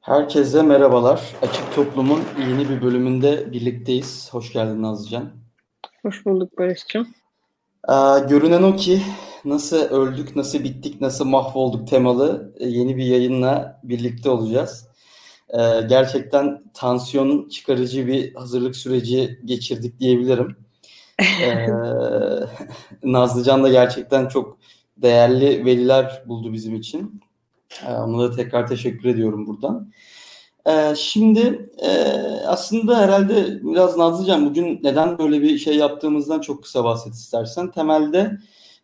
Herkese merhabalar. Açık Toplum'un yeni bir bölümünde birlikteyiz. Hoş geldin Nazlıcan. Hoş bulduk Barış'cığım. Görünen o ki nasıl öldük, nasıl bittik, nasıl mahvolduk temalı yeni bir yayınla birlikte olacağız. Gerçekten tansiyon çıkarıcı bir hazırlık süreci geçirdik diyebilirim. Ee, Nazlıcan da gerçekten çok değerli veriler buldu bizim için. Ona da tekrar teşekkür ediyorum buradan. Şimdi aslında herhalde biraz Nazlıcan bugün neden böyle bir şey yaptığımızdan çok kısa bahset istersen. Temelde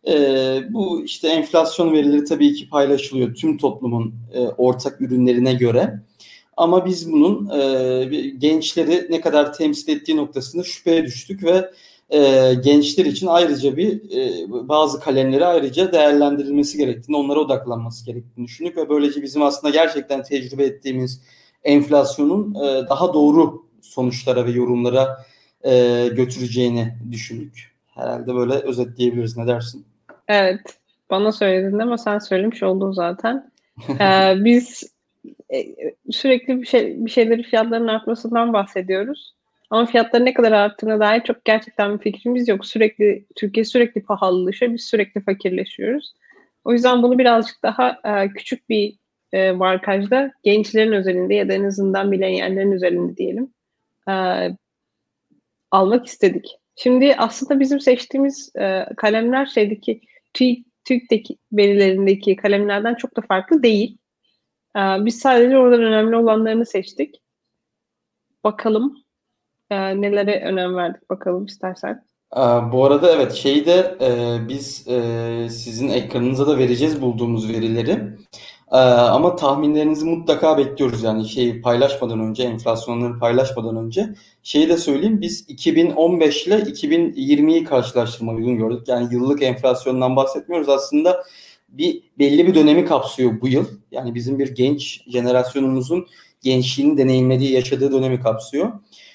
bu işte enflasyon verileri tabii ki paylaşılıyor tüm toplumun ortak ürünlerine göre. Ama biz bunun gençleri ne kadar temsil ettiği noktasında şüpheye düştük ve gençler için ayrıca bazı kalemleri ayrıca değerlendirilmesi gerektiğini, onlara odaklanması gerektiğini düşündük ve böylece bizim aslında gerçekten tecrübe ettiğimiz enflasyonun daha doğru sonuçlara ve yorumlara götüreceğini düşündük. Herhalde böyle özetleyebiliriz. Ne dersin? Evet, bana söyledin ama sen söylemiş oldun zaten. Biz sürekli bir şeyleri fiyatların artmasından bahsediyoruz. Ama fiyatların ne kadar arttığına dair çok gerçekten bir fikrimiz yok. Türkiye sürekli pahalılaşıyor, biz sürekli fakirleşiyoruz. O yüzden bunu birazcık daha küçük bir markajda gençlerin özelinde ya da en azından milenyallerin üzerinde diyelim e, almak istedik. Şimdi aslında bizim seçtiğimiz kalemler TÜİK'teki verilerindeki kalemlerden çok da farklı değil. Biz sadece oradan önemli olanlarını seçtik. Bakalım nelere önem verdik bakalım istersen. Bu arada evet biz sizin ekranınıza da vereceğiz bulduğumuz verileri. Ama tahminlerinizi mutlaka bekliyoruz yani paylaşmadan önce, enflasyonları paylaşmadan önce. Şeyi de söyleyeyim, biz 2015 ile 2020'yi karşılaştırma uygun gördük. Yani yıllık enflasyondan bahsetmiyoruz aslında, belli bir dönemi kapsıyor bu yıl. Yani bizim bir genç jenerasyonumuzun gençliğini deneyimlediği, yaşadığı dönemi kapsıyor.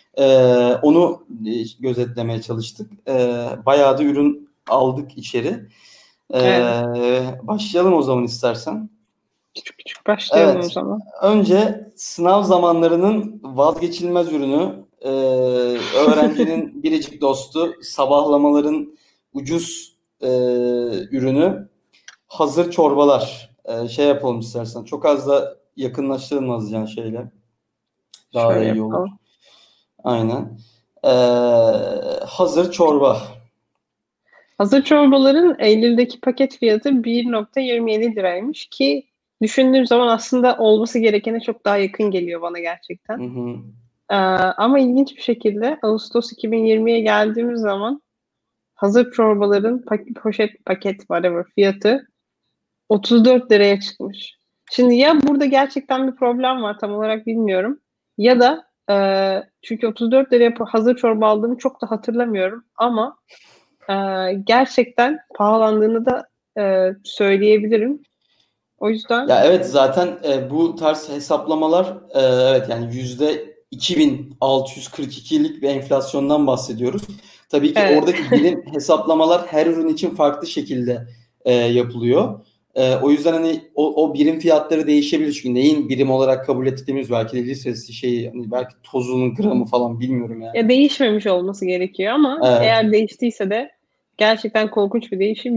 Onu gözetlemeye çalıştık. Bayağı da ürün aldık içeri. Evet, Başlayalım o zaman istersen. küçük küçük başlayalım o Evet. zaman. Önce sınav zamanlarının vazgeçilmez ürünü, öğrencinin biricik dostu, sabahlamaların ucuz ürünü, hazır çorbalar. Yapalım istersen. Çok az da yakınlaştırılmaz yani şeyle. Daha da Şöyle iyi olur. yapalım. Aynen. Ee, Hazır çorba. Hazır çorbaların Eylül'deki paket fiyatı 1,27 liraymış ki düşündüğüm zaman aslında olması gerekene çok daha yakın geliyor bana Hı gerçekten. hı. Ama ilginç bir şekilde Ağustos 2020'ye geldiğimiz zaman hazır çorbaların poşet paket whatever fiyatı 34 liraya çıkmış. Şimdi ya burada gerçekten bir problem var tam olarak bilmiyorum. Ya da çünkü 34 liraya hazır çorba aldığımı çok da hatırlamıyorum ama e, gerçekten pahalandığını da söyleyebilirim. O yüzden Ya evet, zaten bu tarz hesaplamalar, evet yani %2642'lik bir enflasyondan bahsediyoruz. Tabii ki evet. oradaki birim hesaplamalar her ürün için farklı şekilde yapılıyor. O yüzden hani o birim fiyatları değişebilir, çünkü neyin birim olarak kabul ettiğimiz belki de listesi hani belki tozunun gramı falan, bilmiyorum yani. Ya değişmemiş olması gerekiyor ama Evet. eğer değiştiyse de gerçekten korkunç bir değişim.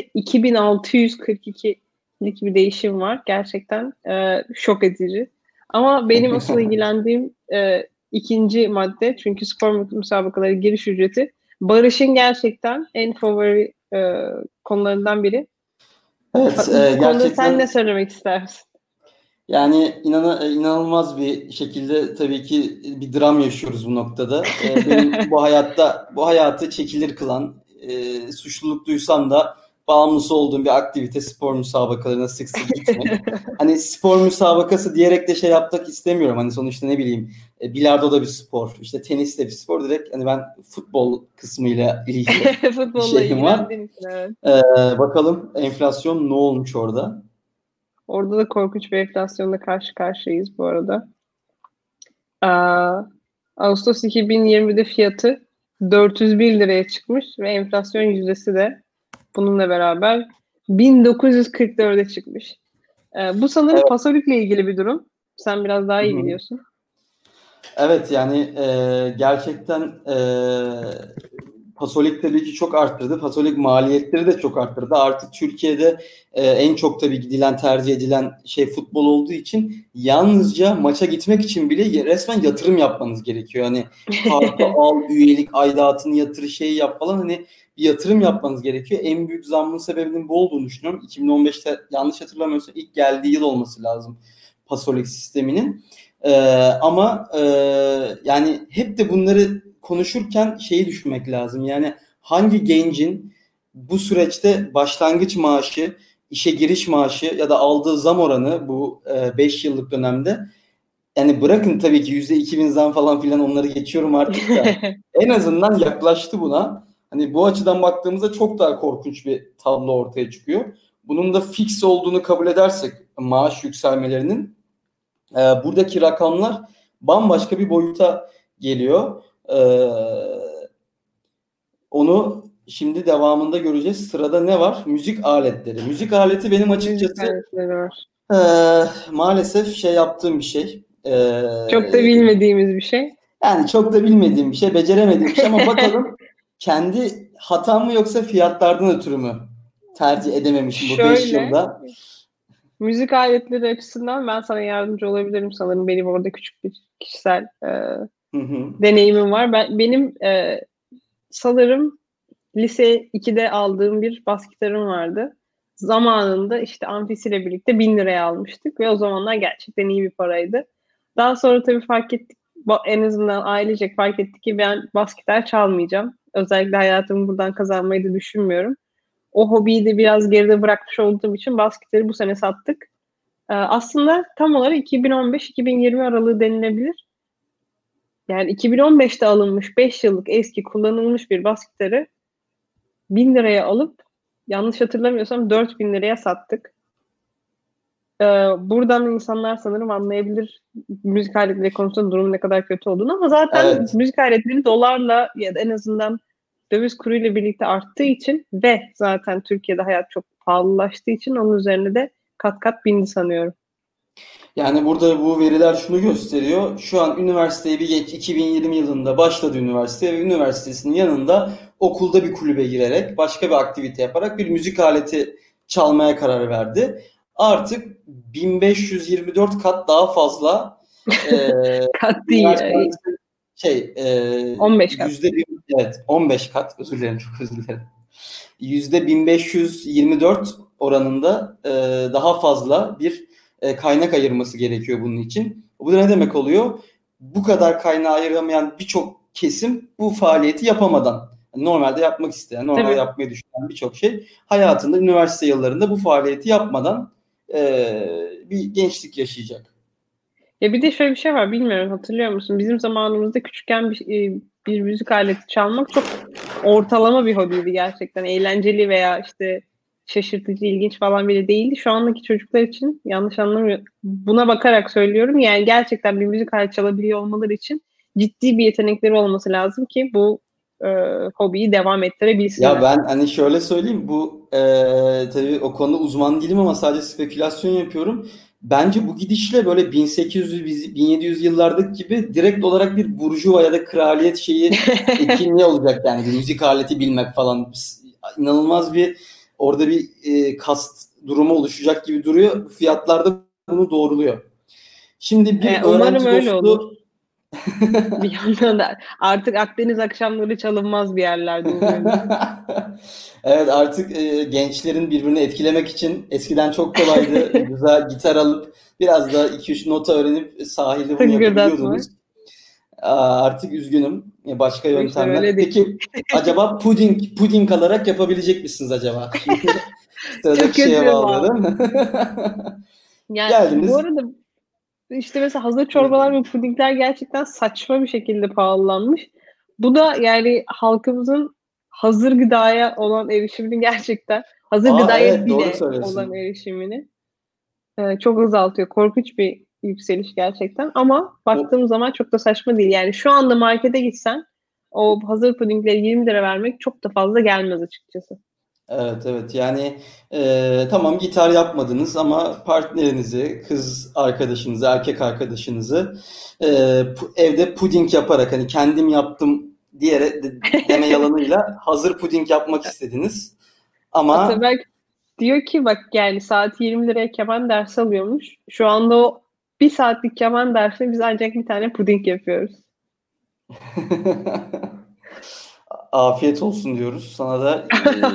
%2642'lik bir değişim var. Gerçekten şok edici. Ama benim asıl ilgilendiğim ikinci madde, çünkü spor müsabakaları giriş ücreti. Barış'ın gerçekten en favori konularından biri. Evet, Bu konuda sen ne gerçekten. söylemek istersin? Yani inanılmaz bir şekilde tabii ki bir dram yaşıyoruz bu noktada. Benim bu hayatı çekilir kılan, suçluluk duysam da bağımlısı olduğum bir aktivite spor müsabakalarına sık sık gitmek. Hani spor müsabakası diyerek de yapmak istemiyorum. Hani sonuçta ne bileyim, bilardo da bir spor, işte tenis de bir spor. Direkt hani ben futbol kısmıyla ilgili bir Futbolla şeyim var. ilgilendiğin için, evet. Bakalım enflasyon ne olmuş orada? Orada da korkunç bir enflasyonla karşı karşıyayız bu arada. Aa, Ağustos 2020'de fiyatı 401 liraya çıkmış ve enflasyon yüzdesi de bununla beraber 1944'e çıkmış. Bu sanırım Evet. pasolikle ilgili bir durum. Sen biraz daha Hı iyi hı. biliyorsun. Evet yani gerçekten Pasolik tabii ki çok arttırdı. Pasolik maliyetleri de çok arttırdı. Artık Türkiye'de en çok tabii gidilen, tercih edilen şey futbol olduğu için yalnızca maça gitmek için bile resmen yatırım yapmanız gerekiyor. Hani kartı al, üyelik aidatını yatır, şey yap falan, hani bir yatırım yapmanız gerekiyor. En büyük zammın sebebinin bu olduğunu düşünüyorum. 2015'te yanlış hatırlamıyorsam ilk geldiği yıl olması lazım Pasolik sisteminin. Ama yani hep de bunları konuşurken şeyi düşünmek lazım. Yani hangi gencin bu süreçte başlangıç maaşı, işe giriş maaşı ya da aldığı zam oranı bu 5 yıllık dönemde, yani bırakın tabii ki %2000 zam falan filan, onları geçiyorum artık da en azından yaklaştı buna. Hani bu açıdan baktığımızda çok daha korkunç bir tablo ortaya çıkıyor. Bunun da fix olduğunu kabul edersek maaş yükselmelerinin, buradaki rakamlar bambaşka bir boyuta geliyor. Onu şimdi devamında göreceğiz. Sırada ne var? Müzik aletleri. Müzik aleti benim Müzik açıkçası aletleri var. maalesef şey yaptığım bir şey. Çok da bilmediğimiz bir şey. Yani çok da bilmediğim bir şey, beceremediğim bir şey, ama bakalım kendi hatam mı yoksa fiyatlardan ötürü mü tercih edememişim bu 5 Şöyle, yılda. müzik aletleri açısından ben sana yardımcı olabilirim sanırım. Benim orada küçük bir kişisel Hı hı. deneyimim var. Benim sanırım lise 2'de aldığım bir bas gitarım vardı. Zamanında işte amfisiyle birlikte 1.000 liraya almıştık ve o zamanlar gerçekten iyi bir paraydı. Daha sonra tabii fark ettik, en azından ailecek fark ettik ki ben bas gitar çalmayacağım. Özellikle hayatımı buradan kazanmayı da düşünmüyorum. O hobiyi de biraz geride bırakmış olduğum için bas gitarı bu sene sattık. Aslında tam olarak 2015-2020 aralığı denilebilir. Yani 2015'te alınmış 5 yıllık eski kullanılmış bir bas gitarı 1.000 liraya alıp yanlış hatırlamıyorsam 4.000 liraya sattık. Buradan insanlar sanırım anlayabilir müzik aletleri konusunda durum ne kadar kötü olduğunu, ama zaten Evet. müzik aletleri dolarla ya da en azından döviz kuruyla birlikte arttığı için ve zaten Türkiye'de hayat çok pahalılaştığı için onun üzerine de kat kat bindi sanıyorum. Yani burada bu veriler şunu gösteriyor. Şu an üniversiteye bir genç 2020 yılında başladı üniversite ve üniversitesinin yanında okulda bir kulübe girerek, başka bir aktivite yaparak bir müzik aleti çalmaya karar verdi. Artık 1524 kat daha fazla e, Kat değil. üniversite öğrencisi şey 15 kat. yüzde bir, evet 15 kat, özür dilerim, çok özür dilerim. %1524 oranında daha fazla bir kaynak ayırması gerekiyor bunun için. Bu da ne demek oluyor? Bu kadar kaynağı ayıramayan birçok kesim bu faaliyeti yapamadan, normalde yapmak isteyen, normalde Tabii. yapmayı düşünen birçok şey hayatında üniversite yıllarında bu faaliyeti yapmadan bir gençlik yaşayacak. Ya bir de şöyle bir şey var, bilmiyorum hatırlıyor musun? Bizim zamanımızda küçükken bir müzik aleti çalmak çok ortalama bir hobiydi gerçekten. Eğlenceli veya işte şaşırtıcı, ilginç falan bile değildi. Şu andaki çocuklar için, yanlış anlamıyorum, buna bakarak söylüyorum. Yani gerçekten bir müzik aleti çalabiliyor olmaları için ciddi bir yetenekleri olması lazım ki bu e, hobiyi devam Ya ettirebilsinler. ben hani şöyle söyleyeyim, bu tabii o konuda uzman değilim ama sadece spekülasyon yapıyorum. Bence bu gidişle böyle 1800-1700 yıllardaki gibi direkt olarak bir burjuva ya da kraliyet şeyi, etkinliği olacak yani, bir müzik aleti bilmek falan. İnanılmaz bir orada bir kast durumu oluşacak gibi duruyor. Fiyatlar da bunu doğruluyor. Şimdi bir Umarım öğrenci öyle olur. dostu Bir yandan da artık Akdeniz akşamları çalınmaz bir yerlerde umuyorum. Evet, artık gençlerin birbirini etkilemek için eskiden çok kolaydı. Güzel gitar alıp biraz da 2-3 nota öğrenip sahilde bunu Tıngırdatmak. yapabiliyordunuz. Artık üzgünüm. Başka Bu işler yöntemler. öyle değil. Peki acaba puding alarak yapabilecek misiniz acaba? Şimdi Çok sıradaki şeye kötü bağlı. bağlayalım. Yani bu Geldiniz. arada işte mesela hazır çorbalar ve pudingler gerçekten saçma bir şekilde pahalanmış. Bu da yani halkımızın hazır gıdaya olan erişimini gerçekten, hazır gıdaya Evet, doğru bile olan söylüyorsun. erişimini çok azaltıyor. Korkunç bir yükseliş gerçekten, ama O, baktığım zaman çok da saçma değil. Yani şu anda markete gitsen o hazır pudingleri 20 lira vermek çok da fazla gelmez açıkçası. Evet, evet. Yani tamam, gitar yapmadınız ama partnerinizi, kız arkadaşınızı, erkek arkadaşınızı evde puding yaparak, hani kendim yaptım deme yalanıyla hazır puding yapmak istediniz. Ama Ataberk diyor ki bak yani saat 20 liraya keman dersi alıyormuş. Şu anda o bir saatlik keman dersi biz ancak bir tane puding yapıyoruz. afiyet olsun diyoruz. Sana da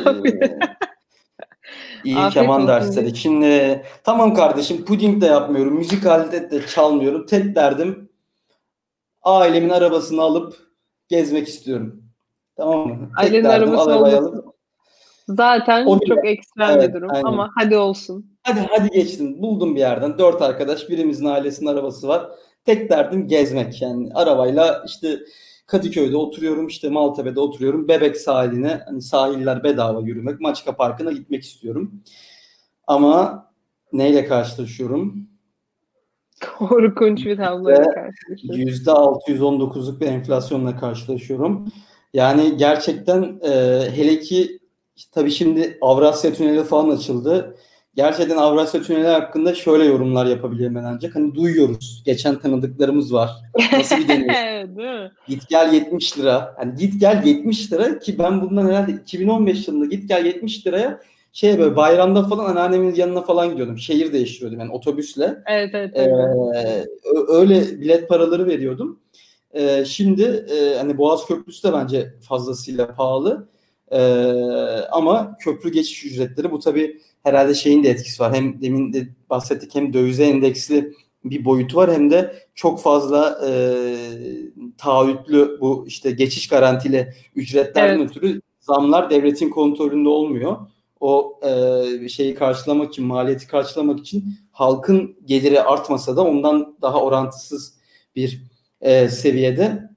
iyi Afiyet keman olsun dersleri. diyor. Şimdi tamam kardeşim, puding de yapmıyorum, müzik aleti de çalmıyorum. Tek derdim ailemin arabasını alıp gezmek istiyorum. Tamam mı? Tek Ailenin derdim arabası arabayı olması alıp zaten o bile. çok ekstrem Evet, bir durum aynen. ama hadi olsun. Hadi geçtim. Buldum bir yerden. 4 arkadaş. Birimizin ailesinin arabası var. Tek derdim gezmek. Yani arabayla işte Kadıköy'de oturuyorum, işte Maltepe'de oturuyorum. Bebek sahiline, hani sahiller bedava yürümek. Maçka Parkı'na gitmek istiyorum. Ama neyle karşılaşıyorum? Korkunç bir tabloyla karşılaşıyoruz. %619'luk bir enflasyonla karşılaşıyorum. Yani gerçekten hele ki tabii şimdi Avrasya Tüneli falan açıldı. Gerçekten Avrasya Tüneli hakkında şöyle yorumlar yapabilirim ben ancak. Hani duyuyoruz. Geçen tanıdıklarımız var. Nasıl bir deneyim? Değil mi? Git gel 70 lira. Hani git gel 70 lira, ki ben bundan herhalde 2015 yılında git gel 70 liraya böyle bayramda falan anneannemin yanına falan gidiyordum. Şehir değiştiriyordum yani otobüsle. Evet, evet, Ee, tabii. öyle bilet paraları veriyordum. Şimdi hani Boğaz Köprüsü de bence fazlasıyla pahalı. Ee, ama köprü geçiş ücretleri, bu tabii herhalde şeyin de etkisi var. Hem demin de bahsettik, hem dövize endeksli bir boyutu var, hem de çok fazla taahhütlü bu işte geçiş garantili ücretlerden Evet. ötürü zamlar devletin kontrolünde olmuyor. O şeyi karşılamak için, maliyeti karşılamak için halkın geliri artmasa da ondan daha orantısız bir seviyede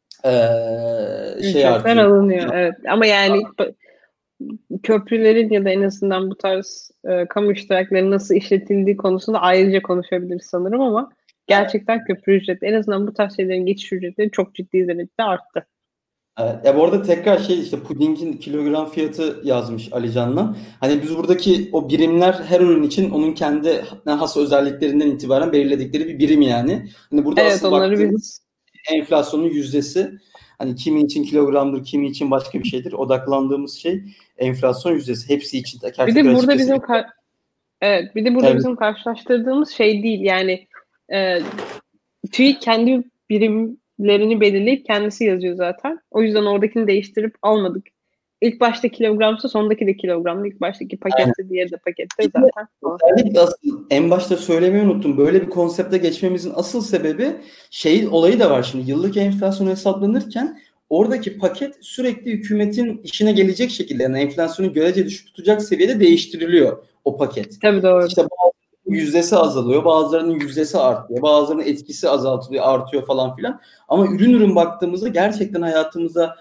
şey Ücretler artıyor. alınıyor. Evet. Ama yani köprülerin ya da en azından bu tarz kamu iştiraklerinin nasıl işletildiği konusunda ayrıca konuşabiliriz sanırım ama gerçekten köprü ücreti en azından bu tarz şeylerin geçiş ücretleri çok ciddi derecede arttı. Evet. Ya bu arada tekrar işte pudingin kilogram fiyatı yazmış Ali Can'la. Hani biz buradaki o birimler her ürün için onun kendi has özelliklerinden itibaren belirledikleri bir birim yani. Hani burada Evet, asıl onları baktığımız biz enflasyonun yüzdesi. Hani kimi için kilogramdır, kimi için başka bir şeydir. Odaklandığımız şey enflasyon yüzdesi. Hepsi için teker bir teker de burada açıkçası. bizim evet, bir de burada Evet. bizim karşılaştırdığımız şey değil yani e, TÜİK kendi birimlerini belirleyip kendisi yazıyor zaten. O yüzden oradakini değiştirip almadık. İlk başta kilogramsa sondaki de kilogramdı. İlk baştaki pakette diğeri de pakette Bir de zaten falan. özellikle asıl en başta söylemeyi unuttum. Böyle bir konsepte geçmemizin asıl sebebi şey olayı da var şimdi. Yıllık enflasyon hesaplanırken oradaki paket sürekli hükümetin işine gelecek şekilde, yani enflasyonu görece düşük tutacak seviyede değiştiriliyor o paket. Tabii, doğru. İşte bazılarının yüzdesi azalıyor, bazılarının yüzdesi artıyor, bazılarının etkisi azaltılıyor, artıyor falan filan. Ama ürün ürün baktığımızda gerçekten hayatımıza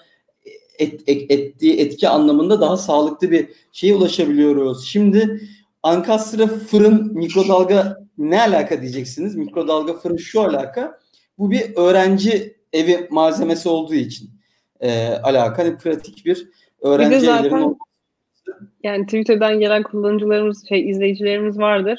ettiği etki anlamında daha sağlıklı bir şeye ulaşabiliyoruz. Şimdi ankastre fırın mikrodalga ne alaka diyeceksiniz. Mikrodalga fırın şu alaka. Bu bir öğrenci evi malzemesi olduğu için alaka. Hani pratik bir Bir de öğrenci evlerinin zaten yani Twitter'dan gelen kullanıcılarımız, izleyicilerimiz vardır.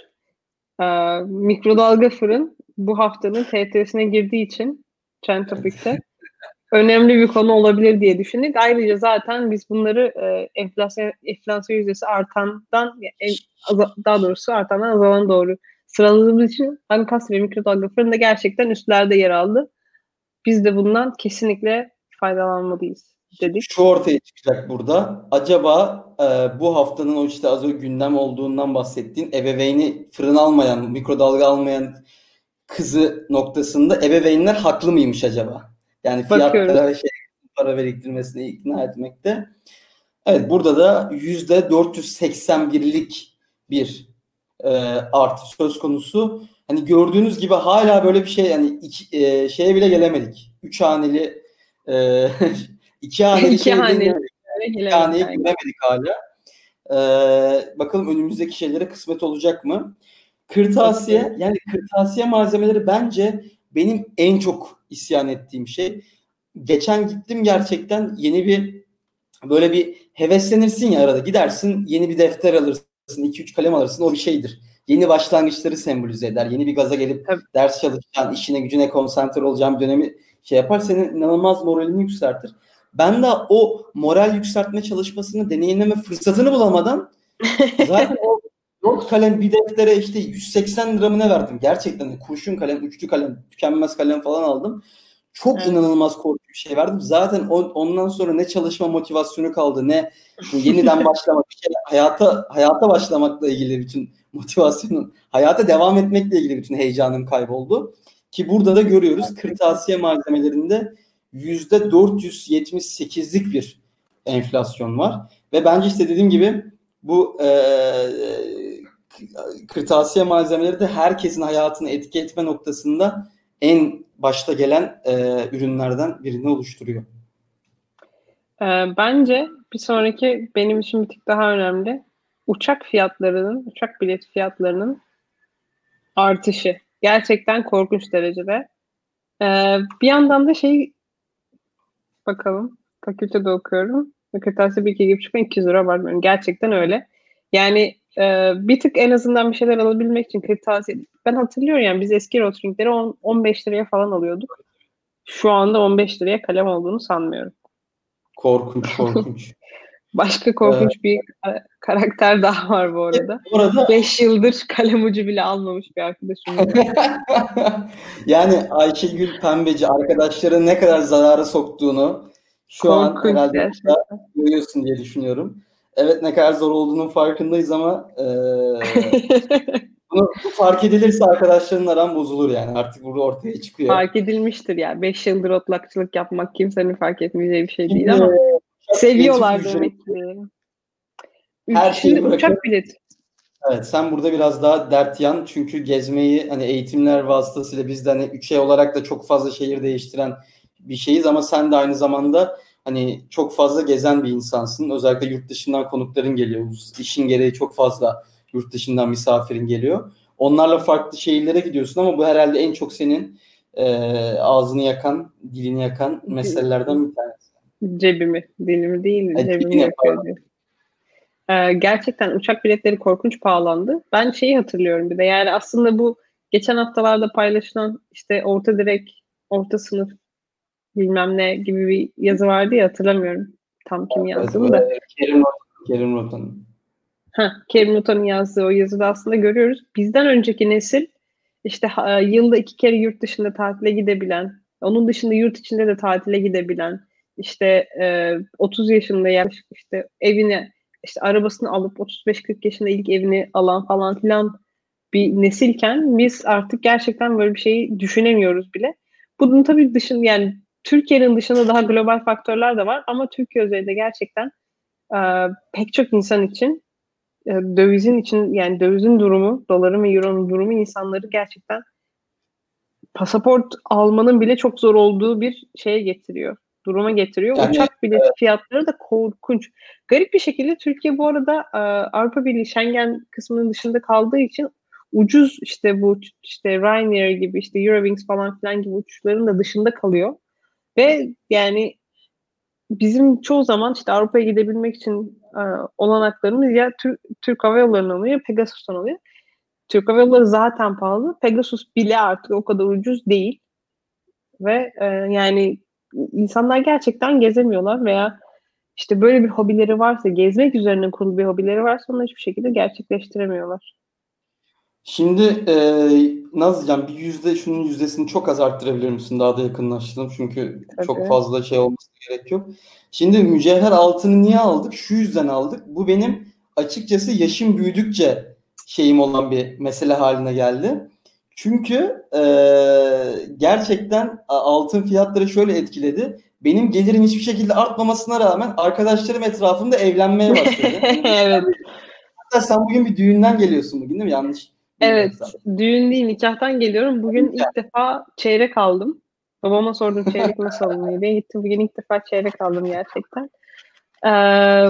Mikrodalga fırın bu haftanın TT'sine girdiği için Trend Topic'te önemli bir konu olabilir diye düşündük. Ayrıca zaten biz bunları enflasyon yüzdesi artandan daha doğrusu artandan azalana doğru sıraladığımız için Ankastre ve mikrodalga fırın da gerçekten üstlerde yer aldı. Biz de bundan kesinlikle faydalanmalıyız dedik. şu ortaya çıkacak burada. Acaba bu haftanın o işte az önce gündem olduğundan bahsettiğin ebeveyni fırın almayan, mikrodalga almayan kızı noktasında ebeveynler haklı mıymış acaba? Yani Bakıyoruz. fiyatlara para biriktirmesine ikna etmekte. Evet, burada da %481'lik bir artış söz konusu. Hani gördüğünüz gibi hala böyle bir şey, yani şeye bile gelemedik. Üç haneli e, iki haneli İki şeye bile haneli gelemedik. İki gelemedik haneye aynen. giremedik hala. Bakalım önümüzdeki şeylere kısmet olacak mı? Kırtasiye, Bakıyoruz. yani kırtasiye malzemeleri bence benim en çok isyan ettiğim şey. Geçen gittim, gerçekten yeni bir böyle bir heveslenirsin ya, arada gidersin yeni bir defter alırsın, 2-3 kalem alırsın, o bir şeydir. Yeni başlangıçları sembolize eder. Yeni bir gaza gelip Tabii. ders çalışacağın, işine gücüne konsantre olacağın bir dönemi şey yapar, senin inanılmaz moralini yükseltir. Ben de o moral yükseltme çalışmasını deneyimleme fırsatını bulamadan zaten o 4 kalem bir deftere işte 180 lira mı ne verdim? Gerçekten kurşun kalem, uçlu kalem, tükenmez kalem falan aldım. Çok Evet. inanılmaz korkunç bir şey verdim. Zaten ondan sonra ne çalışma motivasyonu kaldı, ne bu yeniden başlamak, bir şey, hayata başlamakla ilgili bütün motivasyonun, hayata devam etmekle ilgili bütün heyecanım kayboldu. Ki burada da görüyoruz, kırtasiye malzemelerinde %478'lik bir enflasyon var. Ve bence işte dediğim gibi bu kırtasiye malzemeleri de herkesin hayatını etki etme noktasında en başta gelen ürünlerden birini oluşturuyor. Bence bir sonraki benim için bir tık daha önemli. Uçak bilet fiyatlarının artışı. Gerçekten korkunç derecede. Bir yandan da bakalım. Fakültede okuyorum. Kırtasiye bir iki gibi çıkan 200 lira var benim. Gerçekten öyle. Yani bir tık en azından bir şeyler alabilmek için kırtasiye. Ben hatırlıyorum yani biz eski Rotring'leri 15 liraya falan alıyorduk. Şu anda 15 liraya kalem olduğunu sanmıyorum. Korkunç. Başka korkunç bir karakter daha var bu arada. Bu arada 5 yıldır kalem ucu bile almamış bir arkadaşım var. yani Ayşegül Pembeci arkadaşların ne kadar zarara soktuğunu şu an Korkunç herhalde gerçekten. görüyorsun diye düşünüyorum. Evet, ne kadar zor olduğunun farkındayız ama bunu fark edilirse arkadaşların aran bozulur yani. Artık burada ortaya çıkıyor. Fark edilmiştir ya. 5 yıldır otlakçılık yapmak kimsenin fark etmeyeceği bir şey değil Şimdi ama seviyorlar ücreti, demek ki. her Şimdi şeyi bırakıp uçak bileti. evet, sen burada biraz daha dert yan, çünkü gezmeyi hani eğitimler vasıtasıyla biz de hani ülke olarak da çok fazla şehir değiştiren bir şeyiz, ama sen de aynı zamanda hani çok fazla gezen bir insansın. Özellikle yurt dışından konukların geliyor. İşin gereği çok fazla yurt dışından misafirin geliyor. Onlarla farklı şehirlere gidiyorsun ama bu herhalde en çok senin ağzını yakan, dilini yakan meselelerden bir tanesi. Dilimi değil, cebimi Dilini yakıyor diyor. Gerçekten uçak biletleri korkunç pahalandı. Ben hatırlıyorum bir de, yani aslında bu geçen haftalarda paylaşılan işte orta direk, orta sınıf bilmem ne gibi bir yazı vardı ya, hatırlamıyorum tam kim yazdığını da. Kerim Rotan'ın. Kerim Nota'nın yazdığı o yazıda aslında görüyoruz. Bizden önceki nesil işte yılda 2 kere yurt dışında tatile gidebilen, onun dışında yurt içinde de tatile gidebilen, işte 30 yaşında yaklaşık işte evine, işte arabasını alıp 35-40 yaşında ilk evini alan falan filan bir nesilken biz artık gerçekten böyle bir şeyi düşünemiyoruz bile. Bunun tabii dışında, yani Türkiye'nin dışında daha global faktörler de var ama Türkiye özelinde gerçekten pek çok insan için dövizin için, yani dövizin durumu, doların ve euronun durumu insanları gerçekten pasaport almanın bile çok zor olduğu bir duruma getiriyor. Yani Uçak bileti fiyatları da korkunç. Garip bir şekilde Türkiye bu arada Avrupa Birliği Schengen kısmının dışında kaldığı için ucuz, işte bu işte Ryanair gibi, işte Eurowings falan filan gibi uçuşların da dışında kalıyor. Ve yani bizim çoğu zaman işte Avrupa'ya gidebilmek için olanaklarımız ya Türk Hava Yolları'ndan oluyor ya Pegasus'tan oluyor. Türk Hava Yolları zaten pahalı. Pegasus bile artık o kadar ucuz değil. Ve yani insanlar gerçekten gezemiyorlar veya işte böyle bir hobileri varsa, gezmek üzerine kurulu bir hobileri varsa onu hiçbir şekilde gerçekleştiremiyorlar. şimdi Nazlıcan, şunun yüzdesini çok az arttırabilir misin? Daha da yakınlaştıralım. Çünkü çok Tabii. fazla şey olmasına gerek yok. Şimdi mücevher altını niye aldık? Şu yüzden aldık. Bu benim açıkçası yaşım büyüdükçe şeyim olan bir mesele haline geldi. Çünkü gerçekten altın fiyatları şöyle etkiledi. Benim gelirim hiçbir şekilde artmamasına rağmen arkadaşlarım etrafımda evlenmeye başladı. Evet. Hatta sen bugün bir düğünden geliyorsun bugün, değil mi? Yanlış Evet. bilmiyorsam. Düğün değil, nikahtan geliyorum. Bugün ilk defa çeyrek aldım. Babama sordum çeyrek nasıl alınıyor diye. Gittim bugün ilk defa çeyrek aldım gerçekten. Ee,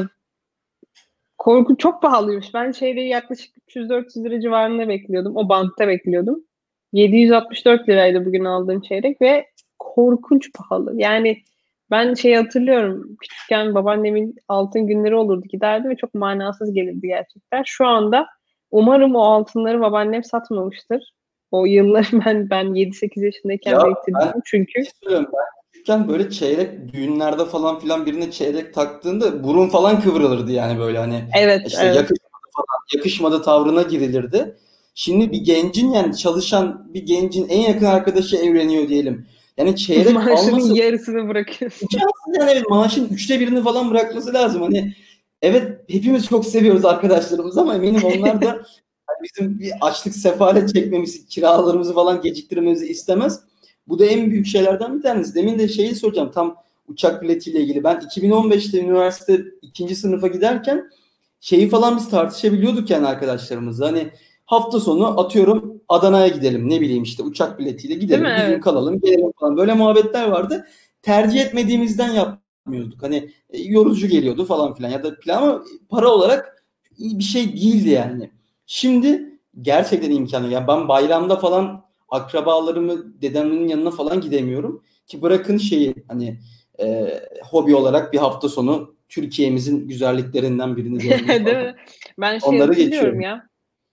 Korku çok pahalıymış. Ben çeyreği yaklaşık 300-400 lira civarında bekliyordum. O bantta bekliyordum. 764 liraydı bugün aldığım çeyrek ve korkunç pahalı. Yani Ben şeyi hatırlıyorum. Küçükken babaannemin altın günleri olurdu, giderdi ve çok manasız gelirdi gerçekten. Şu anda umarım o altınları babaannem satmamıştır. O yılları ben 7-8 Ya yaşındayken ben biriktirdim çünkü. bir şey söylüyorum. Ben küçükken böyle çeyrek düğünlerde falan filan birine çeyrek taktığında burun falan kıvrılırdı yani, böyle hani Evet, işte evet. yakışmadı falan, yakışmadı tavrına girilirdi. Şimdi bir gencin, yani çalışan bir gencin en yakın arkadaşı evleniyor diyelim. Yani çeyrek Maaşının alması yarısını bırakıyorsun. imkansız yani, evet, maaşın 1/3'ünü falan bırakması lazım. Hani evet, hepimiz çok seviyoruz arkadaşlarımızı ama eminim onlar da hani bizim bir açlık sefalet çekmemizi, kiralarımızı falan geciktirmemizi istemez. Bu da en büyük şeylerden bir tanesi. Demin de şeyi soracağım, tam uçak biletiyle ilgili. Ben 2015'te üniversite ikinci sınıfa giderken şeyi falan biz tartışabiliyorduk yani arkadaşlarımızla. Hani hafta sonu atıyorum Adana'ya gidelim, ne bileyim işte uçak biletiyle Değil mi? gidelim, bir gün Evet. kalalım gelelim falan, böyle muhabbetler vardı. Tercih etmediğimizden yapmıyorduk. Hani yorucu geliyordu falan filan, ya da plan, ama para olarak iyi bir şey değildi yani. Şimdi gerçekten imkanı. Yani ben bayramda falan akrabalarımı, dedemin yanına falan gidemiyorum. Ki bırakın şeyi, hani hobi olarak bir hafta sonu Türkiye'mizin güzelliklerinden birini görmeyi Değil falan. mi? Ben şey Onları hatırlıyorum geçiyorum. ya.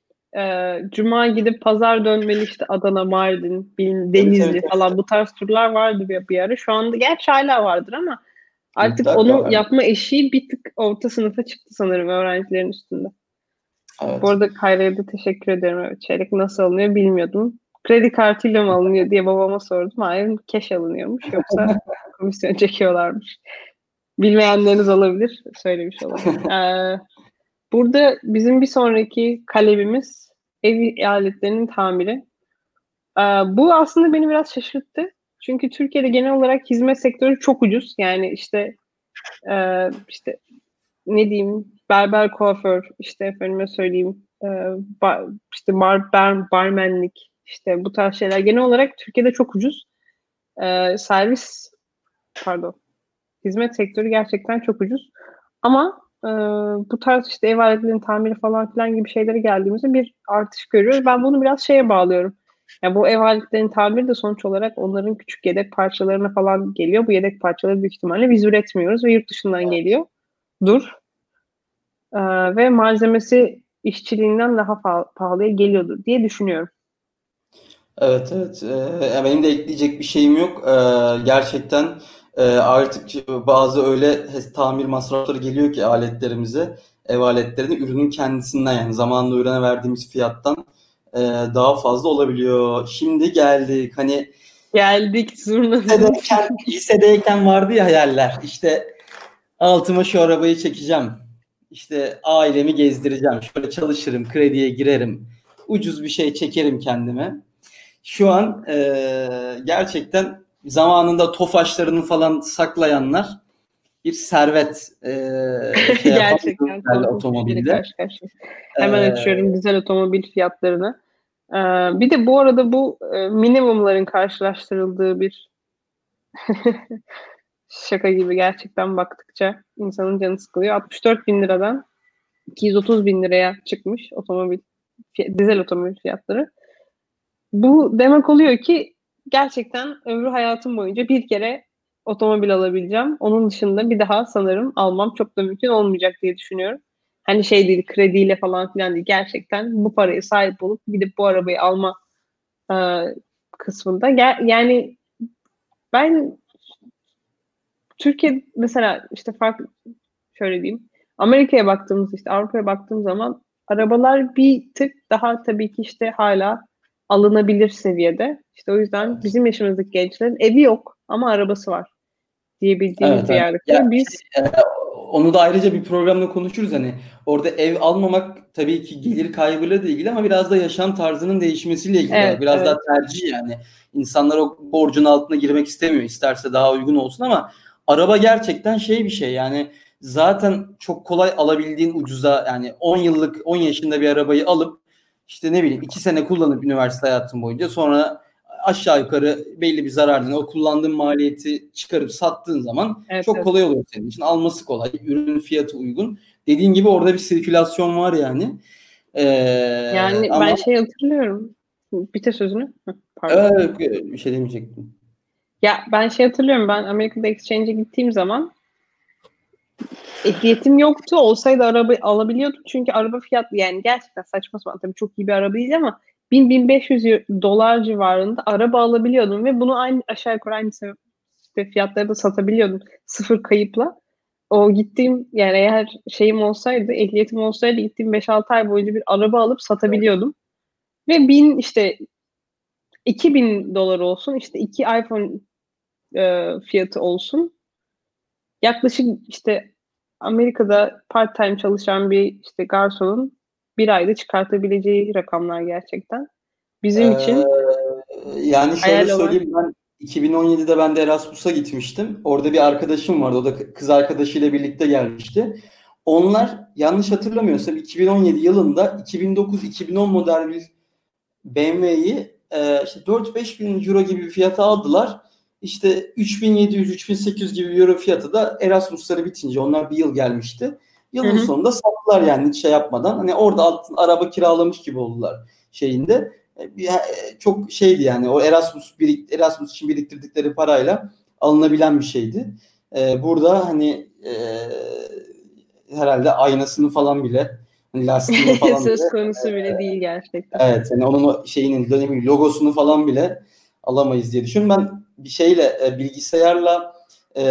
Cuma gidip pazar dönmeli, işte Adana, Mardin, Evet, evet, Denizli falan, bu tarz turlar vardı bir ara. Şu anda gerçi hala vardır ama artık mutlaka onu var. yapma eşiği bir tık orta sınıfa çıktı sanırım, öğrencilerin üstünde. Bu Evet. arada Kayra'ya da teşekkür ederim. Evet, çeyrek nasıl alınıyor bilmiyordum. Kredi kartıyla mı alınıyor diye babama sordum. Hayır, cash alınıyormuş. Yoksa komisyon çekiyorlarmış. Bilmeyenleriniz olabilir. Söylemiş olalım. Burada bizim bir sonraki kalemimiz ev aletlerinin tamiri. Bu aslında beni biraz şaşırttı. Çünkü Türkiye'de genel olarak hizmet sektörü çok ucuz. Yani işte ne diyeyim, berber, kuaför, işte efendime söyleyeyim, işte barmenlik, işte bu tarz şeyler genel olarak Türkiye'de çok ucuz. Servis, pardon, hizmet sektörü gerçekten çok ucuz. Ama bu tarz işte ev aletlerinin tamiri falan filan gibi şeylere geldiğimizde bir artış görüyoruz. Ben bunu biraz şeye bağlıyorum. Ya bu ev aletlerinin tamiri de sonuç olarak onların küçük yedek parçalarına falan geliyor. Bu yedek parçaları büyük ihtimalle biz üretmiyoruz ve yurt dışından geliyor. Dur. Ve malzemesi işçiliğinden daha pahalıya geliyordur diye düşünüyorum. Evet, evet. Benim de ekleyecek bir şeyim yok. Gerçekten artık bazı öyle tamir masrafları geliyor ki aletlerimize, ev aletlerine, ürünün kendisinden, yani zamanında ürüne verdiğimiz fiyattan daha fazla olabiliyor. Şimdi geldik. Hani Geldik zurnanın. lisedeyken vardı ya hayaller. İşte altıma şu arabayı çekeceğim. İşte ailemi gezdireceğim. Şöyle çalışırım, krediye girerim. Ucuz bir şey çekerim kendime. Şu an gerçekten zamanında Tofaşlarını falan saklayanlar bir servet şey yapan Gerçekten bir korkunç bir şeyle otomobilde. karşı karşıya. E, Hemen açıyorum dizel otomobil fiyatlarını. Bir de bu arada bu minimumların karşılaştırıldığı bir şaka gibi, gerçekten baktıkça insanın canı sıkılıyor. 64 bin liradan 230 bin liraya çıkmış dizel otomobil fiyatları. Bu demek oluyor ki gerçekten ömrü hayatım boyunca bir kere otomobil alabileceğim. Onun dışında bir daha sanırım almam çok da mümkün olmayacak diye düşünüyorum. Hani şey değil, krediyle falan filan değil. Gerçekten bu paraya sahip olup gidip bu arabayı alma e, kısmında. Yani ben Türkiye mesela, işte farklı, şöyle diyeyim. Amerika'ya baktığımız, işte Avrupa'ya baktığım zaman arabalar bir tık daha tabii ki işte hala alınabilir seviyede. İşte o yüzden bizim yaşımızdaki gençlerin evi yok ama arabası var diyebildiğimiz evet, bir evet. yerde. Ya Biz onu da ayrıca bir programda konuşuruz. Hani orada ev almamak tabii ki gelir kaybıyla da ilgili, ama biraz da yaşam tarzının değişmesiyle ilgili olarak. evet, Biraz daha evet, tercih yani. İnsanlar o borcun altına girmek istemiyor. İsterse daha uygun olsun, ama araba gerçekten şey bir şey yani, zaten çok kolay alabildiğin ucuza, yani 10 yıllık, 10 yaşında bir arabayı alıp işte ne bileyim 2 sene kullanıp üniversite hayatın boyunca, sonra aşağı yukarı belli bir zararla o kullandığın maliyeti çıkarıp sattığın zaman evet, çok evet. kolay oluyor senin için. Alması kolay, ürünün fiyatı uygun. Dediğin gibi orada bir sirkülasyon var yani. Yani Ama ben şey hatırlıyorum. Bitir sözünü. Pardon. bir şey demeyecektim. Ya ben hatırlıyorum, ben Amerika'da exchange'e gittiğim zaman ehliyetim yoktu. Olsaydı araba alabiliyordum. Çünkü araba fiyatı yani gerçekten saçma sapan. Tabii çok iyi bir araba değil ama 1000-1500 dolar civarında araba alabiliyordum ve bunu aynı aşağı yukarı aynı işte fiyatlara da satabiliyordum. Sıfır kayıpla. O gittiğim yani eğer şeyim olsaydı, ehliyetim olsaydı gittiğim 5-6 ay boyunca bir araba alıp satabiliyordum. Ve işte 2000 dolar olsun, işte 2 iPhone fiyatı olsun. Yaklaşık işte Amerika'da part-time çalışan bir işte garsonun bir ayda çıkartabileceği rakamlar gerçekten. Bizim Ee, için Yani şöyle hayal olan. söyleyeyim, ben 2017'de ben de Erasmus'a gitmiştim. Orada bir arkadaşım vardı. O da kız arkadaşıyla birlikte gelmişti. Onlar yanlış hatırlamıyorsam 2017 yılında 2009-2010 model bir BMW'yi işte 4-5 bin euro gibi bir fiyata aldılar. İşte 3700-3800 gibi bir euro fiyatı da Erasmus'ları bitince, onlar bir yıl gelmişti. Hı Yılın hı. sonunda sattılar yani, hiç şey yapmadan. Hani orada altın araba kiralamış gibi oldular şeyinde. Çok şeydi yani, o Erasmus için biriktirdikleri parayla alınabilen bir şeydi. Burada hani herhalde aynasını falan bile, hani lastiğini falan bile, Söz konusu bile değil gerçekten. evet, yani onun o şeyinin dönemin logosunu falan bile alamayız diye düşünüyorum. Ben bir şeyle bilgisayarla e,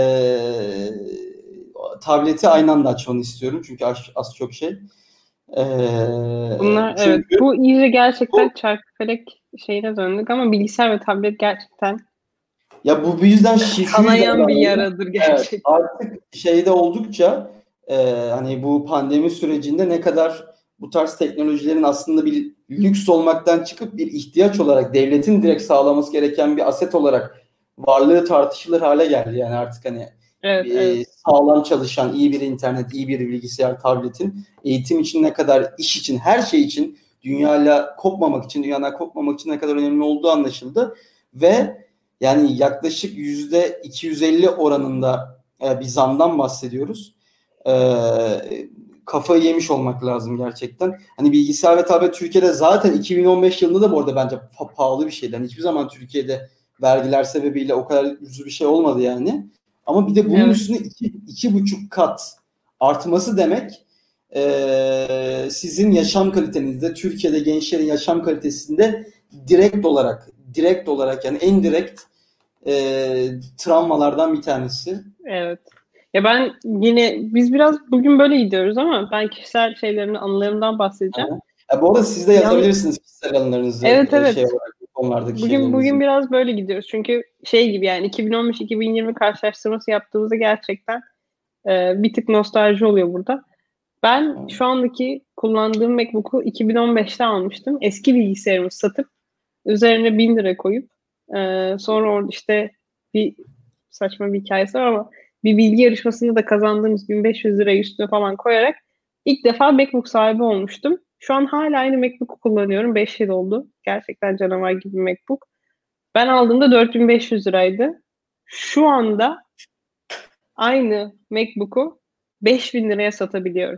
tableti aynı anda açmanı istiyorum. Çünkü az çok şey. E, Bunlar evet. Çünkü Bu iyice gerçekten bu, çarkıfelek şeyine döndük ama bilgisayar ve tablet gerçekten ya bu yüzden şu yüzden kanayan bir dolayı, yaradır evet, gerçekten. artık şeyde oldukça hani bu pandemi sürecinde ne kadar bu tarz teknolojilerin aslında bir lüks olmaktan çıkıp bir ihtiyaç olarak, devletin direkt sağlaması gereken bir aset olarak varlığı tartışılır hale geldi. Yani artık hani Evet, evet. sağlam çalışan iyi bir internet, iyi bir bilgisayar, tabletin eğitim için ne kadar, iş için, her şey için, dünyadan kopmamak için ne kadar önemli olduğu anlaşıldı ve yani yaklaşık %250 oranında bir zamdan bahsediyoruz. E, Kafayı yemiş olmak lazım gerçekten. Hani bilgisayar ve tablet Türkiye'de zaten 2015 yılında da bu arada bence pahalı bir şeydi. Yani hiçbir zaman Türkiye'de vergiler sebebiyle o kadar ucuz bir şey olmadı yani. Ama bir de bunun Evet. üstüne 2,5 kat artması demek sizin yaşam kalitenizde, Türkiye'de gençlerin yaşam kalitesinde direkt olarak yani en direkt travmalardan bir tanesi. Evet. Ya ben yine biz biraz bugün böyle gidiyoruz ama ben kişisel anılarımdan bahsedeceğim. Bu arada siz de Yan, yazabilirsiniz kişisel anılarınızı evet, şey evet. olarak, bu konulardaki Bugün şeylerinizi. biraz böyle gidiyoruz. Çünkü şey gibi yani 2015-2020 karşılaştırması yaptığımızda gerçekten bir tık nostalji oluyor burada. Ben şu andaki kullandığım MacBook'u 2015'te almıştım. Eski bilgisayarımı satıp üzerine 1.000 lira koyup sonra orada işte bir saçma bir hikayesi var ama bir bilgi yarışmasında da kazandığımız 1500 lirayı üstüne falan koyarak ilk defa MacBook sahibi olmuştum. Şu an hala aynı MacBook'u kullanıyorum. 5 yıl oldu. Gerçekten canavar gibi bir MacBook. Ben aldığımda 4500 liraydı. Şu anda aynı MacBook'u 5.000 liraya satabiliyorum.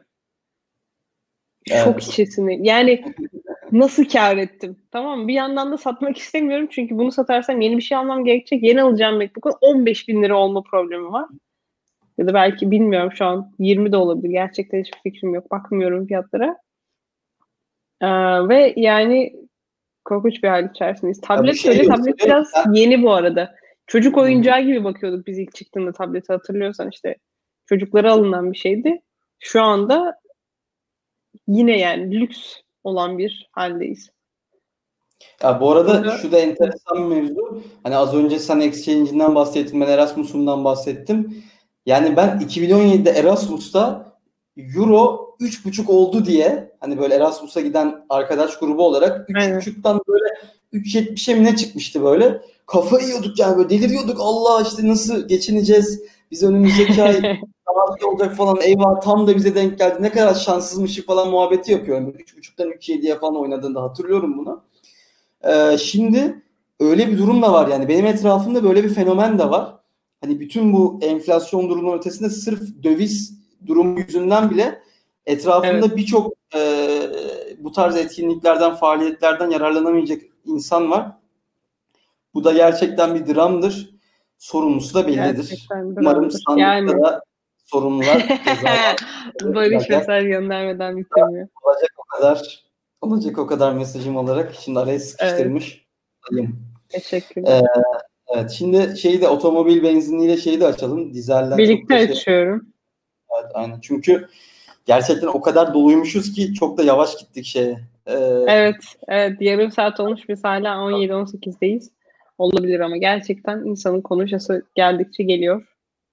Şok Evet. içerisinde. Yani nasıl kâr ettim? Tamam mı? Bir yandan da satmak istemiyorum çünkü bunu satarsam yeni bir şey almam gerekecek. Yeni alacağım MacBook'un 15 bin lira olma problemi var. Ya da belki bilmiyorum, şu an 20 de olabilir. Gerçekten hiçbir fikrim yok. Bakmıyorum fiyatlara. Ee, Ve yani korkunç bir hal içerisindeyiz. Ya bu Tablet de şey öyle. Tablet gösteriyor. biraz yeni bu arada. Çocuk oyuncağı gibi bakıyorduk biz ilk çıktığında tableti, hatırlıyorsan işte. Çocuklara alınan bir şeydi. Şu anda yine yani lüks olan bir haldeyiz. Ya bu arada Burada şu da enteresan bir mevzu. Hani az önce sen Exchange'inden bahsettin, ben Erasmus'umdan bahsettim. Yani ben 2017'de Erasmus'ta Euro 3,5 oldu diye, hani böyle Erasmus'a giden arkadaş grubu olarak aynen. 3,5'tan böyle 3,70'e mi ne çıkmıştı böyle. Kafayı yiyorduk yani, böyle deliriyorduk. Allah, işte nasıl geçineceğiz? Biz önümüzdeki ay daha iyi olacak falan. Eyvah, tam da bize denk geldi. Ne kadar şanssızmışı falan muhabbeti yapıyorum. 3,5'tan 3,7'ye falan oynadığında hatırlıyorum bunu. Şimdi öyle bir durum da var yani, benim etrafımda böyle bir fenomen de var. Hani bütün bu enflasyon durumunun ötesinde sırf döviz durumu yüzünden bile Evet. etrafımda birçok bu tarz etkinliklerden, faaliyetlerden yararlanamayacak insan var. Bu da gerçekten bir dramdır. sorumlusu da bellidir. Gerçekten Umarım bravodur. Yani sandıkta da sorumlular cezalar Barış mesaj göndermeden bitemiyor. olacak o kadar mesajım olarak şimdi araya Evet. sıkıştırmış olayım. Teşekkürler. Evet, şimdi şeyi de otomobil benzinliğiyle şeyi de açalım. Dizelden çok Birlikte da açıyorum. evet, aynen. Çünkü gerçekten o kadar doluymuşuz ki çok da yavaş gittik şeye. Evet, evet. Yarım saat olmuş, biz hala 17-18'deyiz. Olabilir ama gerçekten insanın konuşası geldikçe geliyor.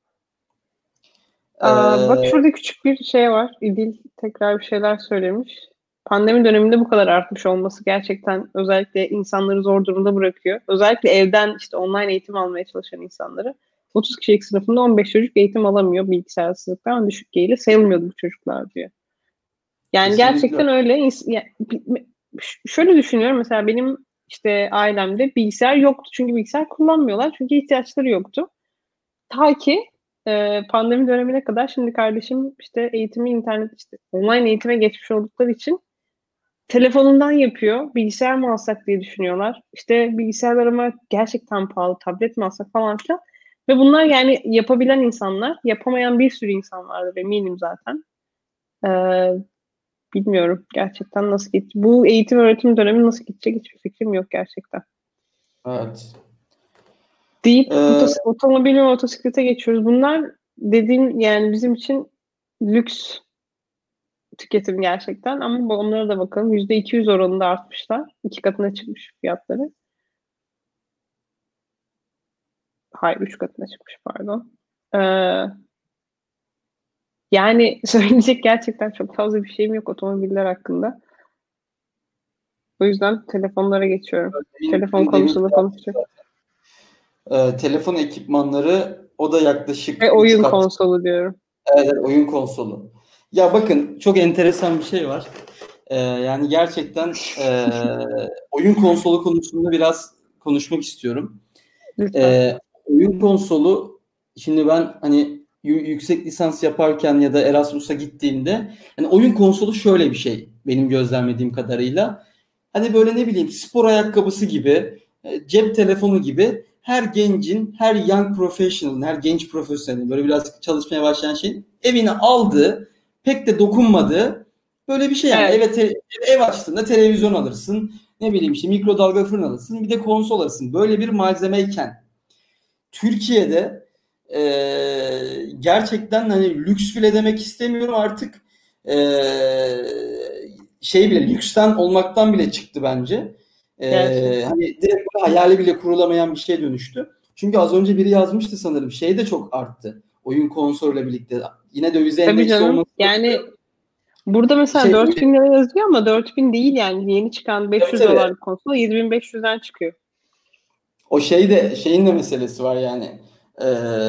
Bak şurada küçük bir şey var. İdil tekrar bir şeyler söylemiş. Pandemi döneminde bu kadar artmış olması gerçekten özellikle insanları zor durumda bırakıyor. Özellikle evden işte online eğitim almaya çalışan insanları. 30 kişilik sınıfında 15 çocuk eğitim alamıyor bilgisayarsızlıktan, düşük gelir sayılmıyordu bu çocuklar diyor. Yani kesinlikle gerçekten öyle. Şöyle düşünüyorum, mesela benim işte ailemde bilgisayar yoktu. Çünkü bilgisayar kullanmıyorlar. Çünkü ihtiyaçları yoktu. Ta ki pandemi dönemine kadar, şimdi kardeşim işte eğitimi internet, işte online eğitime geçmiş oldukları için telefonundan yapıyor. Bilgisayar mı alsak diye düşünüyorlar. İşte bilgisayarlar ama gerçekten pahalı. Tablet mi alsak falan filan. Ve bunlar yani yapabilen insanlar. Yapamayan bir sürü insan vardır eminim zaten. Ee, Bilmiyorum gerçekten nasıl gidecek. Bu eğitim öğretim dönemi nasıl gidecek hiçbir fikrim yok gerçekten. evet. Deyip Ee, otomobil ve motosiklete geçiyoruz. Bunlar dediğim yani bizim için lüks tüketim gerçekten, ama onlara da bakalım. %200 oranında artmışlar. 2 katına çıkmış fiyatları. Hayır, 3 katına çıkmış pardon. Ee, Yani söyleyecek gerçekten çok fazla bir şeyim yok otomobiller hakkında. O yüzden telefonlara geçiyorum. Telefon demin konusunda konuşacak. telefon ekipmanları o da yaklaşık Ve 3 oyun kat. konsolu diyorum. Evet, oyun konsolu. Ya bakın çok enteresan bir şey var. Yani gerçekten oyun konsolu konusunda biraz konuşmak istiyorum. Lütfen. Ee, Oyun konsolu şimdi ben hani yüksek lisans yaparken ya da Erasmus'a gittiğimde hani oyun konsolu şöyle bir şey benim gözlemlediğim kadarıyla. Hani böyle ne bileyim spor ayakkabısı gibi, cep telefonu gibi her gencin, her young professional'ın, her genç profesyonelin böyle biraz çalışmaya başlayan şeyin evine aldığı, pek de dokunmadığı böyle bir şey yani. Evet. Ev açtığında televizyon alırsın, ne bileyim işte mikrodalga fırın alırsın, bir de konsol alırsın. Böyle bir malzemeyken Türkiye'de gerçekten hani lüks bile demek istemiyorum artık, e, şey bile lüksten olmaktan bile çıktı bence. Gerçekten. Hani direkt böyle hayali bile kurulamayan bir şeye dönüştü. Çünkü az önce biri yazmıştı sanırım. Şey de çok arttı. Oyun konsoluyla birlikte. Yine dövize Tabii endeksi canım. olması Yani burada mesela şey 4.000 lira yazıyor ama 4.000 değil yani. Yeni çıkan tabii 500 tabii. dolarlık konsol 7.500'den çıkıyor. O şey de şeyin de meselesi var yani. Ee,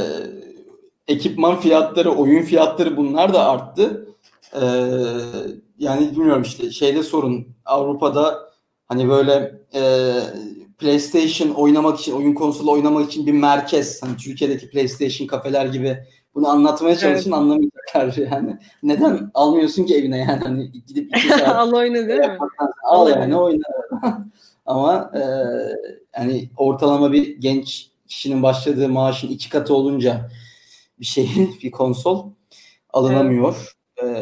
Ekipman fiyatları, oyun fiyatları bunlar da arttı. Ee, Yani bilmiyorum işte şeyde sorun Avrupa'da hani böyle PlayStation oynamak için, oyun konsolu oynamak için bir merkez. Hani Türkiye'deki PlayStation kafeler gibi bunu anlatmaya Evet. çalışın anlamayacaklar yani. Neden almıyorsun ki evine yani hani gidip 2 saat Al oyna değil mi? Al al yani oyna. oyna. Ama hani ortalama bir genç kişinin başladığı maaşın 2 katı olunca bir şey bir konsol Evet. alınamıyor.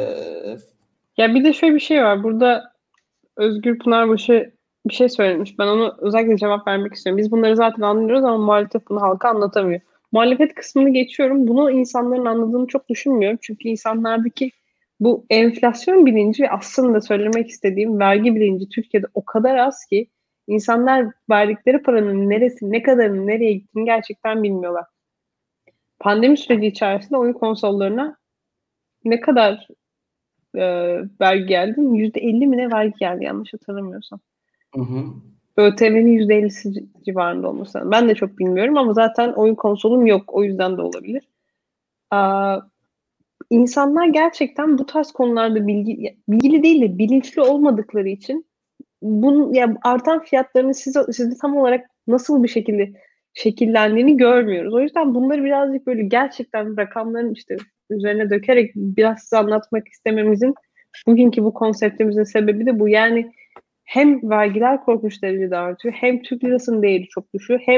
Ya bir de şöyle bir şey var. Burada Özgür Pınarbaşı bir şey söylemiş. Ben onu özellikle cevap vermek istiyorum. Biz bunları zaten anlıyoruz ama muhalefet bunu halka anlatamıyor. Muhalefet kısmını geçiyorum. Bunu insanların anladığını çok düşünmüyorum. Çünkü insanlardaki bu enflasyon bilinci ve aslında söylemek istediğim vergi bilinci Türkiye'de o kadar az ki insanlar verdikleri paranın neresi, ne kadarının nereye gittiğini gerçekten bilmiyorlar. Pandemi süreci içerisinde oyun konsollarına ne kadar e, vergi geldi? %50 mi ne vergi geldi yanlış hatırlamıyorsam. Hı hı. ÖTV'nin %50'si civarında olması lazım. Ben de çok bilmiyorum ama zaten oyun konsolum yok. O yüzden de olabilir. Aa, insanlar gerçekten bu tarz konularda bilgili değil de bilinçli olmadıkları için bunun ya artan fiyatların sizi tam olarak nasıl bir şekilde şekillendiğini görmüyoruz. O yüzden bunları birazcık böyle gerçekten rakamların işte üzerine dökerek biraz size anlatmak istememizin, bugünkü bu konseptimizin sebebi de bu. Yani hem vergiler korkunç derecede artıyor, hem Türk lirasının değeri çok düşüyor, hem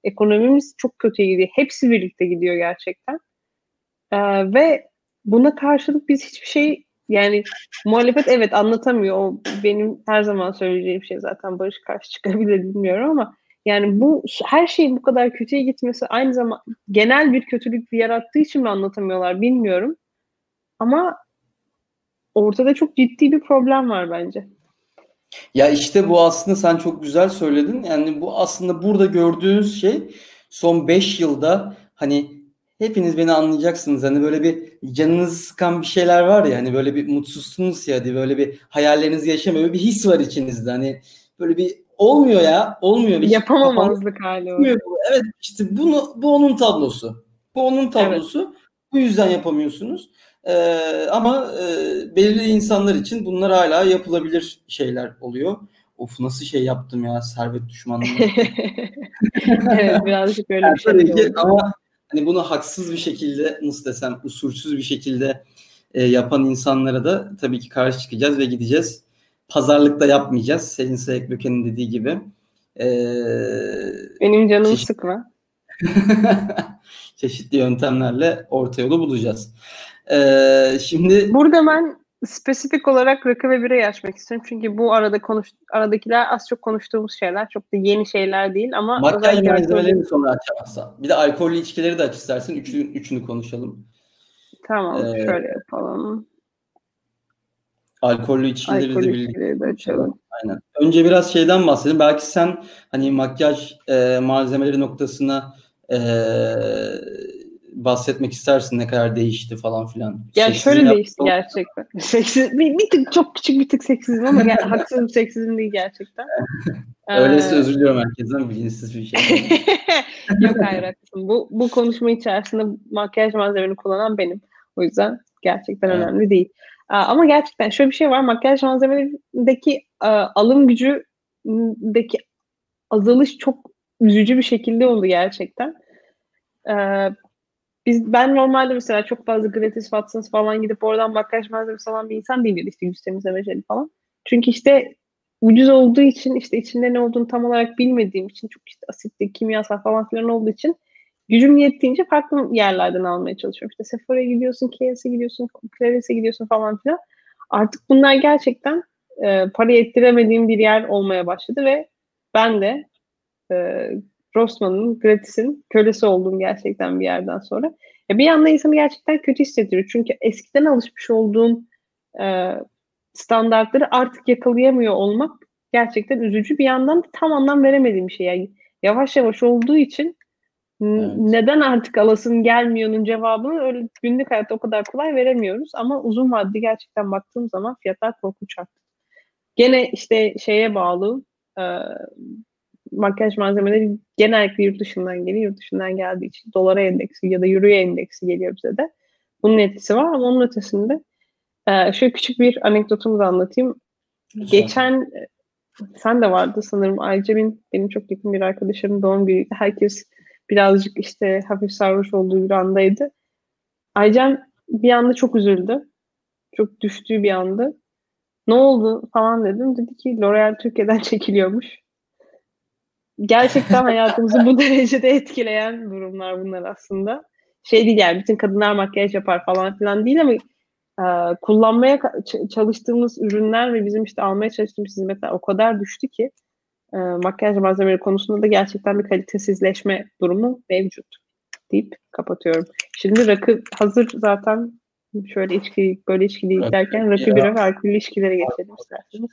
Ekonomimiz çok kötüye gidiyor. Hepsi birlikte gidiyor gerçekten. Ve buna karşılık biz hiçbir şey, yani muhalefet evet anlatamıyor. O benim her zaman söyleyeceğim şey zaten, barış karşı çıkabilir bilmiyorum ama yani bu her şeyin bu kadar kötüye gitmesi aynı zamanda genel bir kötülük yarattığı için mi anlatamıyorlar bilmiyorum. Ama ortada çok ciddi bir problem var bence. Ya işte bu aslında sen çok güzel söyledin. Yani bu aslında burada gördüğünüz şey son 5 yılda hani hepiniz beni anlayacaksınız. Hani böyle bir canınızı sıkan bir şeyler var ya, hani böyle bir mutsuzsunuz ya, hadi böyle bir hayallerinizi yaşamıyor. Böyle bir his var içinizde. Hani böyle bir olmuyor ya. Olmuyor. Hiç kafamda Yapamamazlık hali o. gitmiyor bu. Evet, işte bu onun tablosu. Bu onun Evet. tablosu. Bu yüzden yapamıyorsunuz. Ama belirli insanlar için bunlar hala yapılabilir şeyler oluyor. Of, nasıl şey yaptım ya, servet düşmanlığı yaptım. Evet, birazcık öyle Yani bir şeyler tabii ki, oldu. ama hani bunu haksız bir şekilde, nasıl desem, usulsüz bir şekilde yapan insanlara da tabii ki karşı çıkacağız ve gideceğiz. Pazarlık da yapmayacağız. Selin Sayıkböke'nin dediği gibi. Benim canımı Çeşitli, sıkma. çeşitli yöntemlerle orta yolu bulacağız. Şimdi Burada ben spesifik olarak rakı ve birayı açmak istiyorum. Çünkü bu aradakiler az çok konuştuğumuz şeyler. Çok da yeni şeyler değil ama makyaj özellikle rakı ve bir... malzemelerini sonra açarsan. Bir de alkollü içkileri de aç istersen. Üçünü konuşalım. Tamam, Ee, şöyle yapalım. Alkollü içkileri Alkol de birlikte ilişkileri de konuşalım. açalım. Aynen. Önce biraz şeyden bahsedelim. Belki sen hani makyaj malzemeleri noktasına e, bahsetmek istersin, ne kadar değişti falan filan. Ya Seksizm şöyle yaptı değişti gerçekten. Bir tık, çok küçük bir tık seksizm ama haksız bir seksizm değil gerçekten. öyleyse Ee, özür diliyorum herkesten, bilinçsiz bir şeyden. Yok, hayır, haklısın. Bu konuşma içerisinde makyaj malzemelerini kullanan benim. O yüzden gerçekten Evet. önemli değil. Ama gerçekten şöyle bir şey var. Makyaj malzemelerindeki alım gücündeki azalış çok üzücü bir şekilde oldu gerçekten. Ee, ben normalde mesela çok fazla gratis Watsons falan gidip oradan makyaj malzemesi alan bir insan değilim. İşte yüz temizleme jeli falan. Çünkü işte ucuz olduğu için, işte içinde ne olduğunu tam olarak bilmediğim için, çok işte asitli, kimyasal falan filan olduğu için gücüm yettiğince farklı yerlerden almaya çalışıyorum. İşte Sephora'ya gidiyorsun, Kiehl's'e gidiyorsun, Claris'e gidiyorsun falan filan. Artık bunlar gerçekten para yettiremediğim bir yer olmaya başladı ve ben de e, Rossmann'ın, gratis'in kölesi olduğum gerçekten bir yerden sonra. Bir yandan insanı gerçekten kötü hissettiriyor. Çünkü eskiden alışmış olduğum e, standartları artık yakalayamıyor olmak gerçekten üzücü. Bir yandan da tam anlam veremediğim bir şey. Yani yavaş yavaş olduğu için Evet. neden artık alasım gelmiyor'nun cevabını öyle günlük hayatta o kadar kolay veremiyoruz. Ama uzun vadede gerçekten baktığım zaman fiyatlar korkunç arttı. Gene işte şeye bağlı, e, makyaj malzemeleri genellikle yurt dışından geliyor. Yurt dışından geldiği için dolara endeksi ya da euroya endeksi geliyor bize de. Bunun etkisi var ama onun ötesinde şöyle küçük bir anekdotumu da anlatayım. Lütfen. Geçen sen de vardı sanırım, Aycem'in, benim çok yakın bir arkadaşımın doğum günüydü. Herkes birazcık işte hafif sarhoş olduğu bir andaydı. Aycem bir anda çok üzüldü. Çok düştüğü bir andı. Ne oldu falan dedim. Dedi ki L'Oreal Türkiye'den çekiliyormuş. Gerçekten hayatımızı bu derecede etkileyen durumlar bunlar aslında. Şey değil yani, bütün kadınlar makyaj yapar falan filan değil ama kullanmaya çalıştığımız ürünler ve bizim işte almaya çalıştığımız hizmetler o kadar düştü ki makyaj malzemeleri konusunda da gerçekten bir kalitesizleşme durumu mevcut deyip kapatıyorum. Şimdi rakı hazır zaten, şöyle içki böyle içki değil derken rakı, Ya, bira ve alkollü ilişkilere geçelim isterseniz.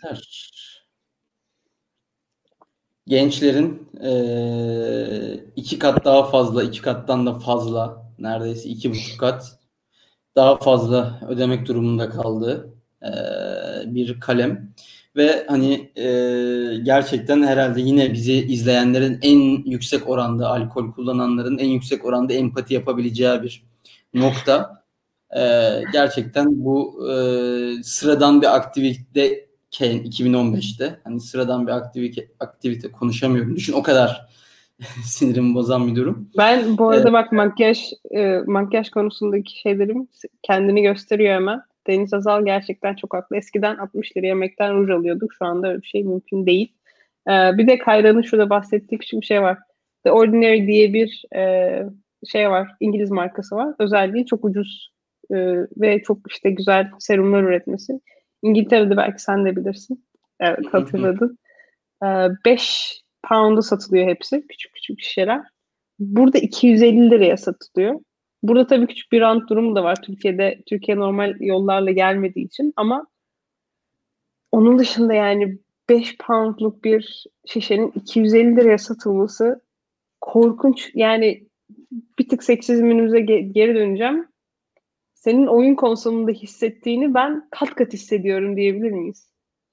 gençlerin iki kat daha fazla, iki kattan da fazla, neredeyse 2,5 kat daha fazla ödemek durumunda kaldığı bir kalem. Ve hani gerçekten herhalde yine bizi izleyenlerin en yüksek oranda, alkol kullananların en yüksek oranda empati yapabileceği bir nokta. Gerçekten bu sıradan bir aktiviteyken 2015'te, hani sıradan bir aktivite konuşamıyorum. Düşün, o kadar sinirimi bozan bir durum. Ben bu Ee, arada bak, makyaj konusundaki şeylerim kendini gösteriyor hemen. Deniz Azal gerçekten çok haklı. Eskiden 60 liraya yemekten ruj alıyorduk. Şu anda öyle bir şey mümkün değil. Bir de Kayra'nın şurada bahsettiği küçük bir şey var. The Ordinary diye bir şey var. İngiliz markası var. Özelliği çok ucuz ve çok işte güzel serumlar üretmesi. İngiltere'de belki sen de bilirsin. Evet, hatırladın. 5 pound'a satılıyor hepsi. Küçük küçük şişeler. Burada 250 liraya satılıyor. Burada tabii küçük bir rant durumu da var. Türkiye normal yollarla gelmediği için, ama onun dışında yani 5 poundluk bir şişenin 250 liraya satılması korkunç. Yani bir tık seksizmimize geri döneceğim. Senin oyun konsolunda hissettiğini ben kat kat hissediyorum diyebilir miyiz?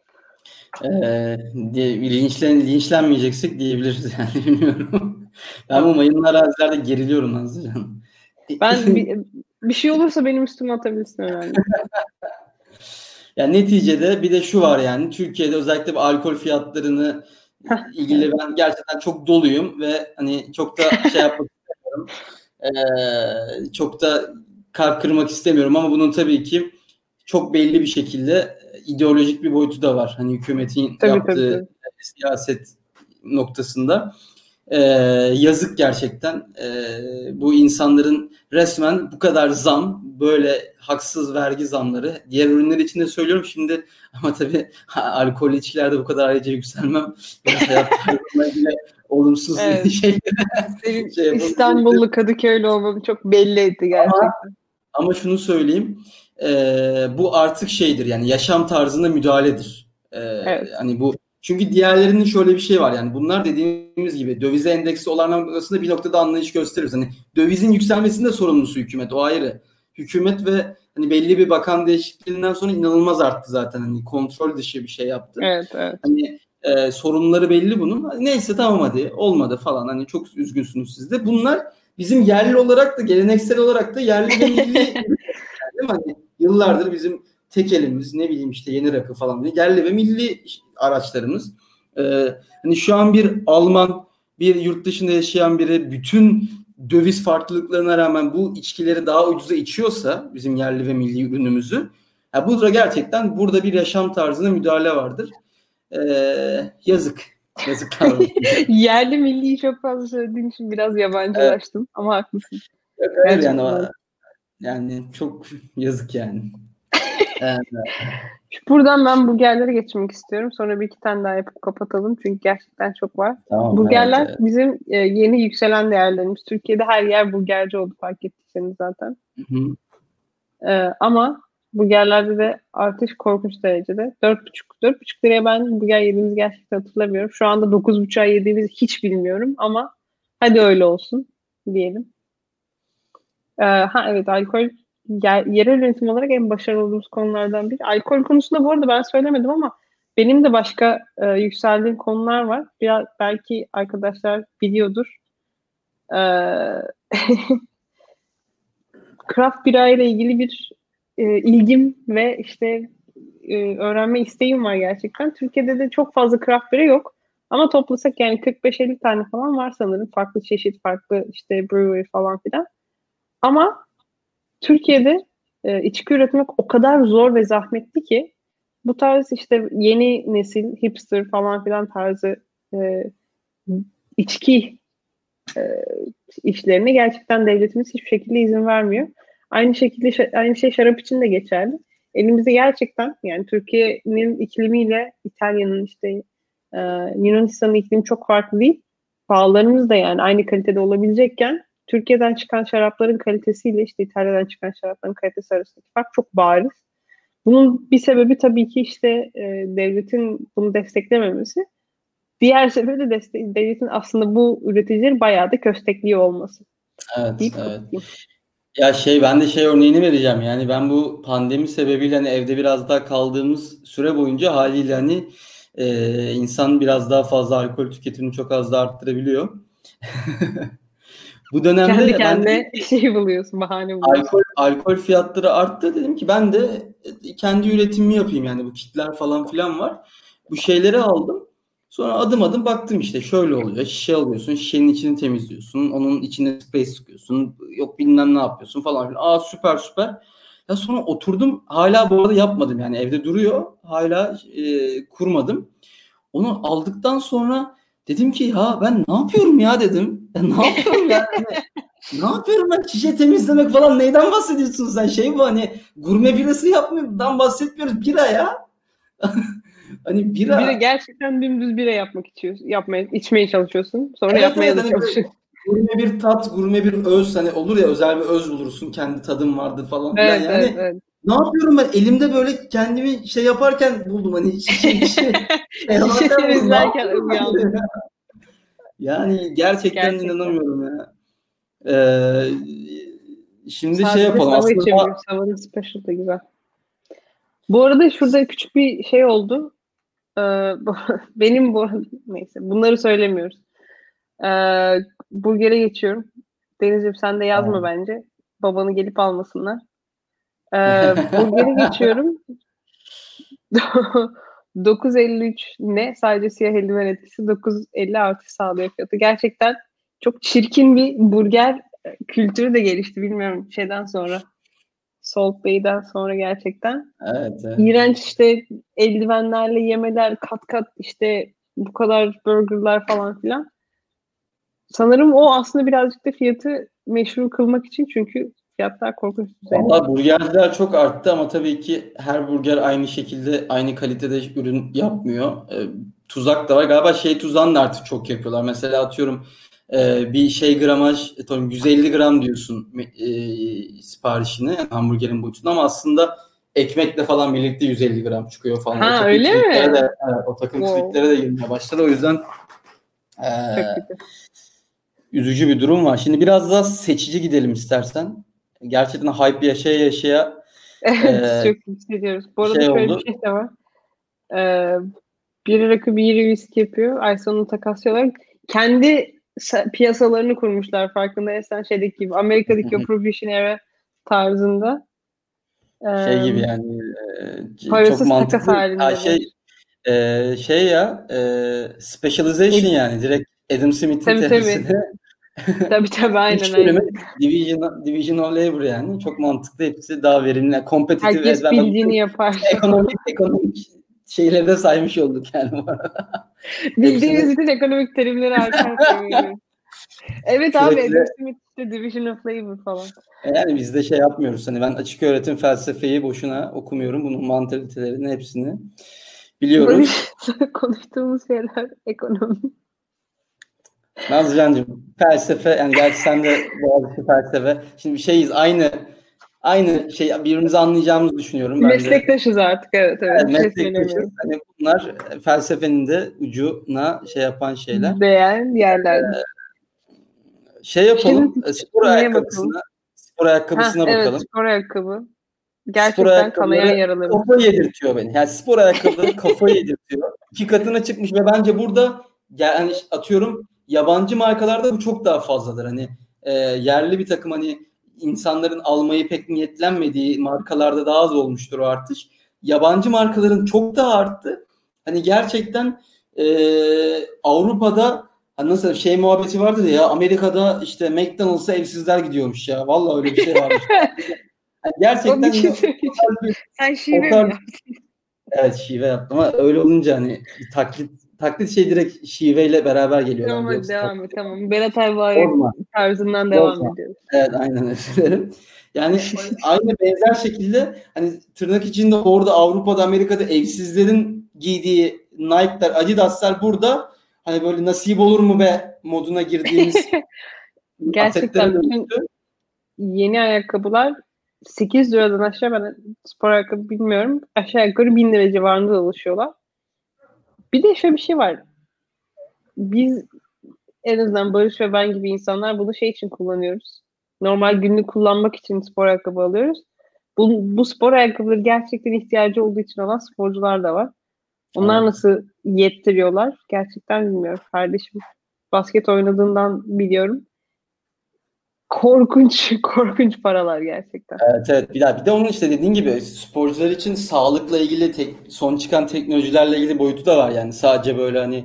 Linçlenmeyeceksek diyebiliriz yani, bilmiyorum. Ben bu mayınlı arazilerde geriliyorum Nazlıcan. Ben bir şey olursa benim üstüme atabilirsin önemli. Yani neticede bir de şu var, yani Türkiye'de özellikle bu alkol fiyatlarını ilgili ben gerçekten çok doluyum ve hani çok da şey yapmak istemiyorum. Çok da kalp kırmak istemiyorum, ama bunun tabii ki çok belli bir şekilde ideolojik bir boyutu da var. Hani hükümetin yaptığı siyaset noktasında. Yazık gerçekten. Bu insanların resmen bu kadar zam, böyle haksız vergi zamları, diğer ürünler için de söylüyorum şimdi, ama tabii alkollü içkilerde bu kadar ayrıca yükselmem biraz hayat tarzımla ilgili olumsuz şeyleri İstanbullu, Kadıköylü olmanı çok belli etti gerçekten. Ama şunu söyleyeyim, bu artık şeydir, yani yaşam tarzına müdahaledir. Evet. Hani bu, çünkü diğerlerinin şöyle bir şey var, yani bunlar dediğimiz gibi dövize endeksi olan noktasında bir noktada anlayış gösteririz. Hani dövizin yükselmesinde sorumlusu hükümet, o ayrı. Hükümet ve hani belli bir bakan değişikliğinden sonra inanılmaz arttı zaten, hani kontrol dışı bir şey yaptı. Evet. Hani sorunları belli bunun. Neyse tamam, hadi olmadı falan, hani çok üzgünsünüz siz de. Bunlar bizim yerli olarak da, geleneksel olarak da yerli ve milli değil mi? Hani yıllardır bizim tekelimiz, ne bileyim işte yeni rakı falan, yerli ve milli araçlarımız. Hani şu an bir Alman, bir yurt dışında yaşayan biri bütün döviz farklılıklarına rağmen bu içkileri daha ucuza içiyorsa, bizim yerli ve milli ürünümüzü, bu da gerçekten burada bir yaşam tarzına müdahale vardır. Yazık. Yazıklar olsun. Yerli milliyi çok fazla söylediğin için biraz yabancılaştım, ama haklısın. Hayır yani çok yazık yani. Buradan ben burgerlere geçmek istiyorum. Sonra bir iki tane daha yapıp kapatalım. Çünkü gerçekten çok var. Tamam, burgerler evet. bizim yeni yükselen değerlerimiz. Türkiye'de her yer burgerci oldu, fark ettiyseniz zaten. Ama burgerlerde de artış korkunç derecede. 4,5 liraya ben burger yediğimizi gerçekten hatırlamıyorum. Şu anda 9,5'a yediğimizi hiç bilmiyorum, ama hadi öyle olsun diyelim. Evet, alkol yerel üretim olarak en başarılı olduğumuz konulardan biri. Alkol konusunda bu arada ben söylemedim, ama benim de başka yükseldiğim konular var. Biraz belki arkadaşlar biliyordur. Craft bira ile ilgili bir ilgim ve işte öğrenme isteğim var gerçekten. Türkiye'de de çok fazla craft bira yok. Ama toplasak yani 45-50 tane falan var sanırım. Farklı çeşit, farklı işte brewery falan filan. Ama Türkiye'de içki üretmek o kadar zor ve zahmetli ki, bu tarz işte yeni nesil hipster falan filan tarzı içki işlerine gerçekten devletimiz hiçbir şekilde izin vermiyor. Aynı şey şarap için de geçerli. Elimizde gerçekten, yani Türkiye'nin iklimiyle İtalya'nın işte Yunanistan'ın iklimi çok farklı değil. Pahalarımız da yani aynı kalitede olabilecekken, Türkiye'den çıkan şarapların kalitesiyle işte İtalya'dan çıkan şarapların kalitesi arasındaki fark çok bariz. Bunun bir sebebi tabii ki işte devletin bunu desteklememesi. Diğer sebebi de devletin aslında bu üreticileri bayağı da köstekliyor olması. Evet. Ya ben de örneğini vereceğim. Yani ben bu pandemi sebebiyle hani evde biraz daha kaldığımız süre boyunca haliyle hani insan biraz daha fazla alkol tüketimini çok az da arttırabiliyor. Bu dönemde kendi kendine buluyorsun, bahane buluyorsun. Alkol fiyatları arttı. Dedim ki ben de kendi üretimimi yapayım, yani bu kitler falan filan var. Bu şeyleri aldım. Sonra adım adım baktım, işte şöyle oluyor. Şişe alıyorsun, şişenin içini temizliyorsun. Onun içine sprey sıkıyorsun. Yok bilmem ne yapıyorsun falan filan. Süper. Ya sonra oturdum. Hala bu arada yapmadım, yani evde duruyor. Hala kurmadım. Onu aldıktan sonra dedim ki ben ne yapıyorum ya dedim. Ne yapıyorum ya? Ne yapıyorum ben? Şişe temizlemek falan neyden bahsediyorsun sen? Şey bu, hani gurme birası yapmıyordan bahsetmiyoruz. Bira ya. Hani Bira, bira. gerçekten dümdüz bira içmeye çalışıyorsun. Sonra Evet yapmaya evet, da hani böyle çalışıyorsun. gurme bir tat, gurme bir öz, hani olur ya, özel bir öz bulursun. Kendi tadım vardır falan filan. Evet, evet, Yani evet. ne yapıyorum ben? Elimde böyle kendimi şey yaparken buldum. Hani şişe şey Şişe yaparken buldum. Ne temizlerken yapıyorum ben böyle uyandın. ya? Yani gerçekten Gerçekten. inanamıyorum ya. Ee, Şimdi şey Sadece yapalım. sava Aslında içebilirim. Sava'nın special da güzel. Bu arada şurada küçük bir şey oldu. Ee, benim bu neyse, bunları söylemiyoruz. Ee, burger'e geçiyorum. Denizciğim, sen de yazma tamam. bence. Babanı gelip almasınlar. Burger'e geçiyorum. 9.53 ne? Sadece siyah eldiven etkisi 9.50 artı sağlıyor fiyatı. Gerçekten çok çirkin bir burger kültürü de gelişti. Bilmiyorum, şeyden sonra. Salt Bay'den sonra gerçekten. Evet, evet. İğrenç işte, eldivenlerle yemeler, kat kat işte bu kadar burgerlar falan filan. Sanırım o aslında birazcık da fiyatı meşru kılmak için, çünkü fiyatlar korkunç düzeyde. Valla burgerciler çok arttı ama tabii ki her burger aynı şekilde, aynı kalitede ürün yapmıyor. Tuzak da var. Galiba şey tuzağını da artık çok yapıyorlar. Mesela atıyorum bir şey gramaj, tamam 150 gram diyorsun siparişini, yani hamburgerin boyutunda, ama aslında ekmekle falan birlikte 150 gram çıkıyor falan. O Ha, takım öyle triklere de, mi? evet, o takım Wow. triklere de girmeye başladı. O yüzden e, Çok kötü. üzücü bir durum var. Şimdi biraz daha seçici gidelim istersen. Gerçekten hype yaşaya yaşaya Evet, e, çok hissediyoruz. Bu arada şey şöyle bir oldu. şey de var. Ee, biri rakı biri viski yapıyor. Ay sonunu takaslıyorlar. Kendi piyasalarını kurmuşlar, farkındaysan, şeydeki gibi. Amerika'daki o Prohibition era tarzında. Şey gibi Ee, yani, çok parasız takas mantıklı. Ha, halindeler. şey ya, specialization, E, yani direkt Adam Smith'in tabii, tabii. teorisine Tabii, tabii, aynen, 3 bölüme aynen. division of labor, yani çok mantıklı, hepsi daha verimli. Competitive Herkes advantage, bildiğini yapar. ekonomik şeyleri de saymış olduk yani bu arada. Bildiğimiz Hepsini bütün ekonomik terimleri arka arkaya veriyoruz. Evet abi, sürekli, Adam Smith işte Division of Labor falan. yani biz de şey yapmıyoruz. Hani ben açık öğretim felsefeyi boşuna okumuyorum. Bunun mantalitelerini hepsini biliyoruz. Barış, konuştuğumuz şeyler ekonomi. Nazlıcancığım, felsefe, yani gerçi sen de Boğaziçi felsefe. Şimdi bir şeyiz, aynı şey, birbirimizi anlayacağımızı düşünüyorum ben de. Meslektaşız artık, evet, evet, Evet, bir şey meslektaşız. söylemiyorum. Hani bunlar felsefenin de ucuna şey yapan şeyler. Değen yerler. Şey Şimdi yapalım, spor neye bakalım? ayakkabısına, spor Ha, ayakkabısına evet, bakalım. spor ayakkabı. Spor Gerçekten kanayan ayakkabıları yaralarımız. kafa yedirtiyor beni. Yani spor ayakkabıları kafa yedirtiyor. İki katına çıkmış ve bence burada, yani atıyorum, yabancı markalarda bu çok daha fazladır. Hani yerli bir takım, hani insanların almayı pek niyetlenmediği markalarda daha az olmuştur o artış. Yabancı markaların çok daha arttı. Hani gerçekten Avrupa'da, hani nasıl şey muhabbeti vardı ya, Amerika'da işte McDonald's'a evsizler gidiyormuş ya. Vallahi öyle bir şey varmış. Yani O bir gerçekten şey yine söyleyeceğim. Sen o şive mi tarz, yaptın? evet, şive yaptım ama öyle olunca hani bir taklit şey direkt şiveyle beraber geliyor Tamam, bence, hadi yoksa devam taklit et. Tamam. Berat Albayrak bozma tarzından devam bozma. ediyoruz. Evet, aynen öyle. Yani aynı benzer şekilde, hani tırnak içinde orada Avrupa'da, Amerika'da evsizlerin giydiği Nike'lar, Adidas'lar burada hani böyle nasip olur mu be moduna girdiğimiz atletlere Gerçekten bütün dönüştü. yeni ayakkabılar 8 liradan aşağı, ben spor ayakkabı bilmiyorum. Aşağı yukarı 1.000 lira civarında dolaşıyorlar. Bir de şöyle bir şey var. Biz, en azından Barış ve ben gibi insanlar, bunu şey için kullanıyoruz. Normal günlük kullanmak için spor ayakkabı alıyoruz. Bu spor ayakkabıları gerçekten ihtiyacı olduğu için alan sporcular da var. Onlar Evet. nasıl yettiriyorlar gerçekten bilmiyorum kardeşim. Basket oynadığından biliyorum. Korkunç, korkunç paralar gerçekten. Evet, evet. Bir de onun işte dediğin gibi sporcular için sağlıkla ilgili son çıkan teknolojilerle ilgili boyutu da var, yani sadece böyle hani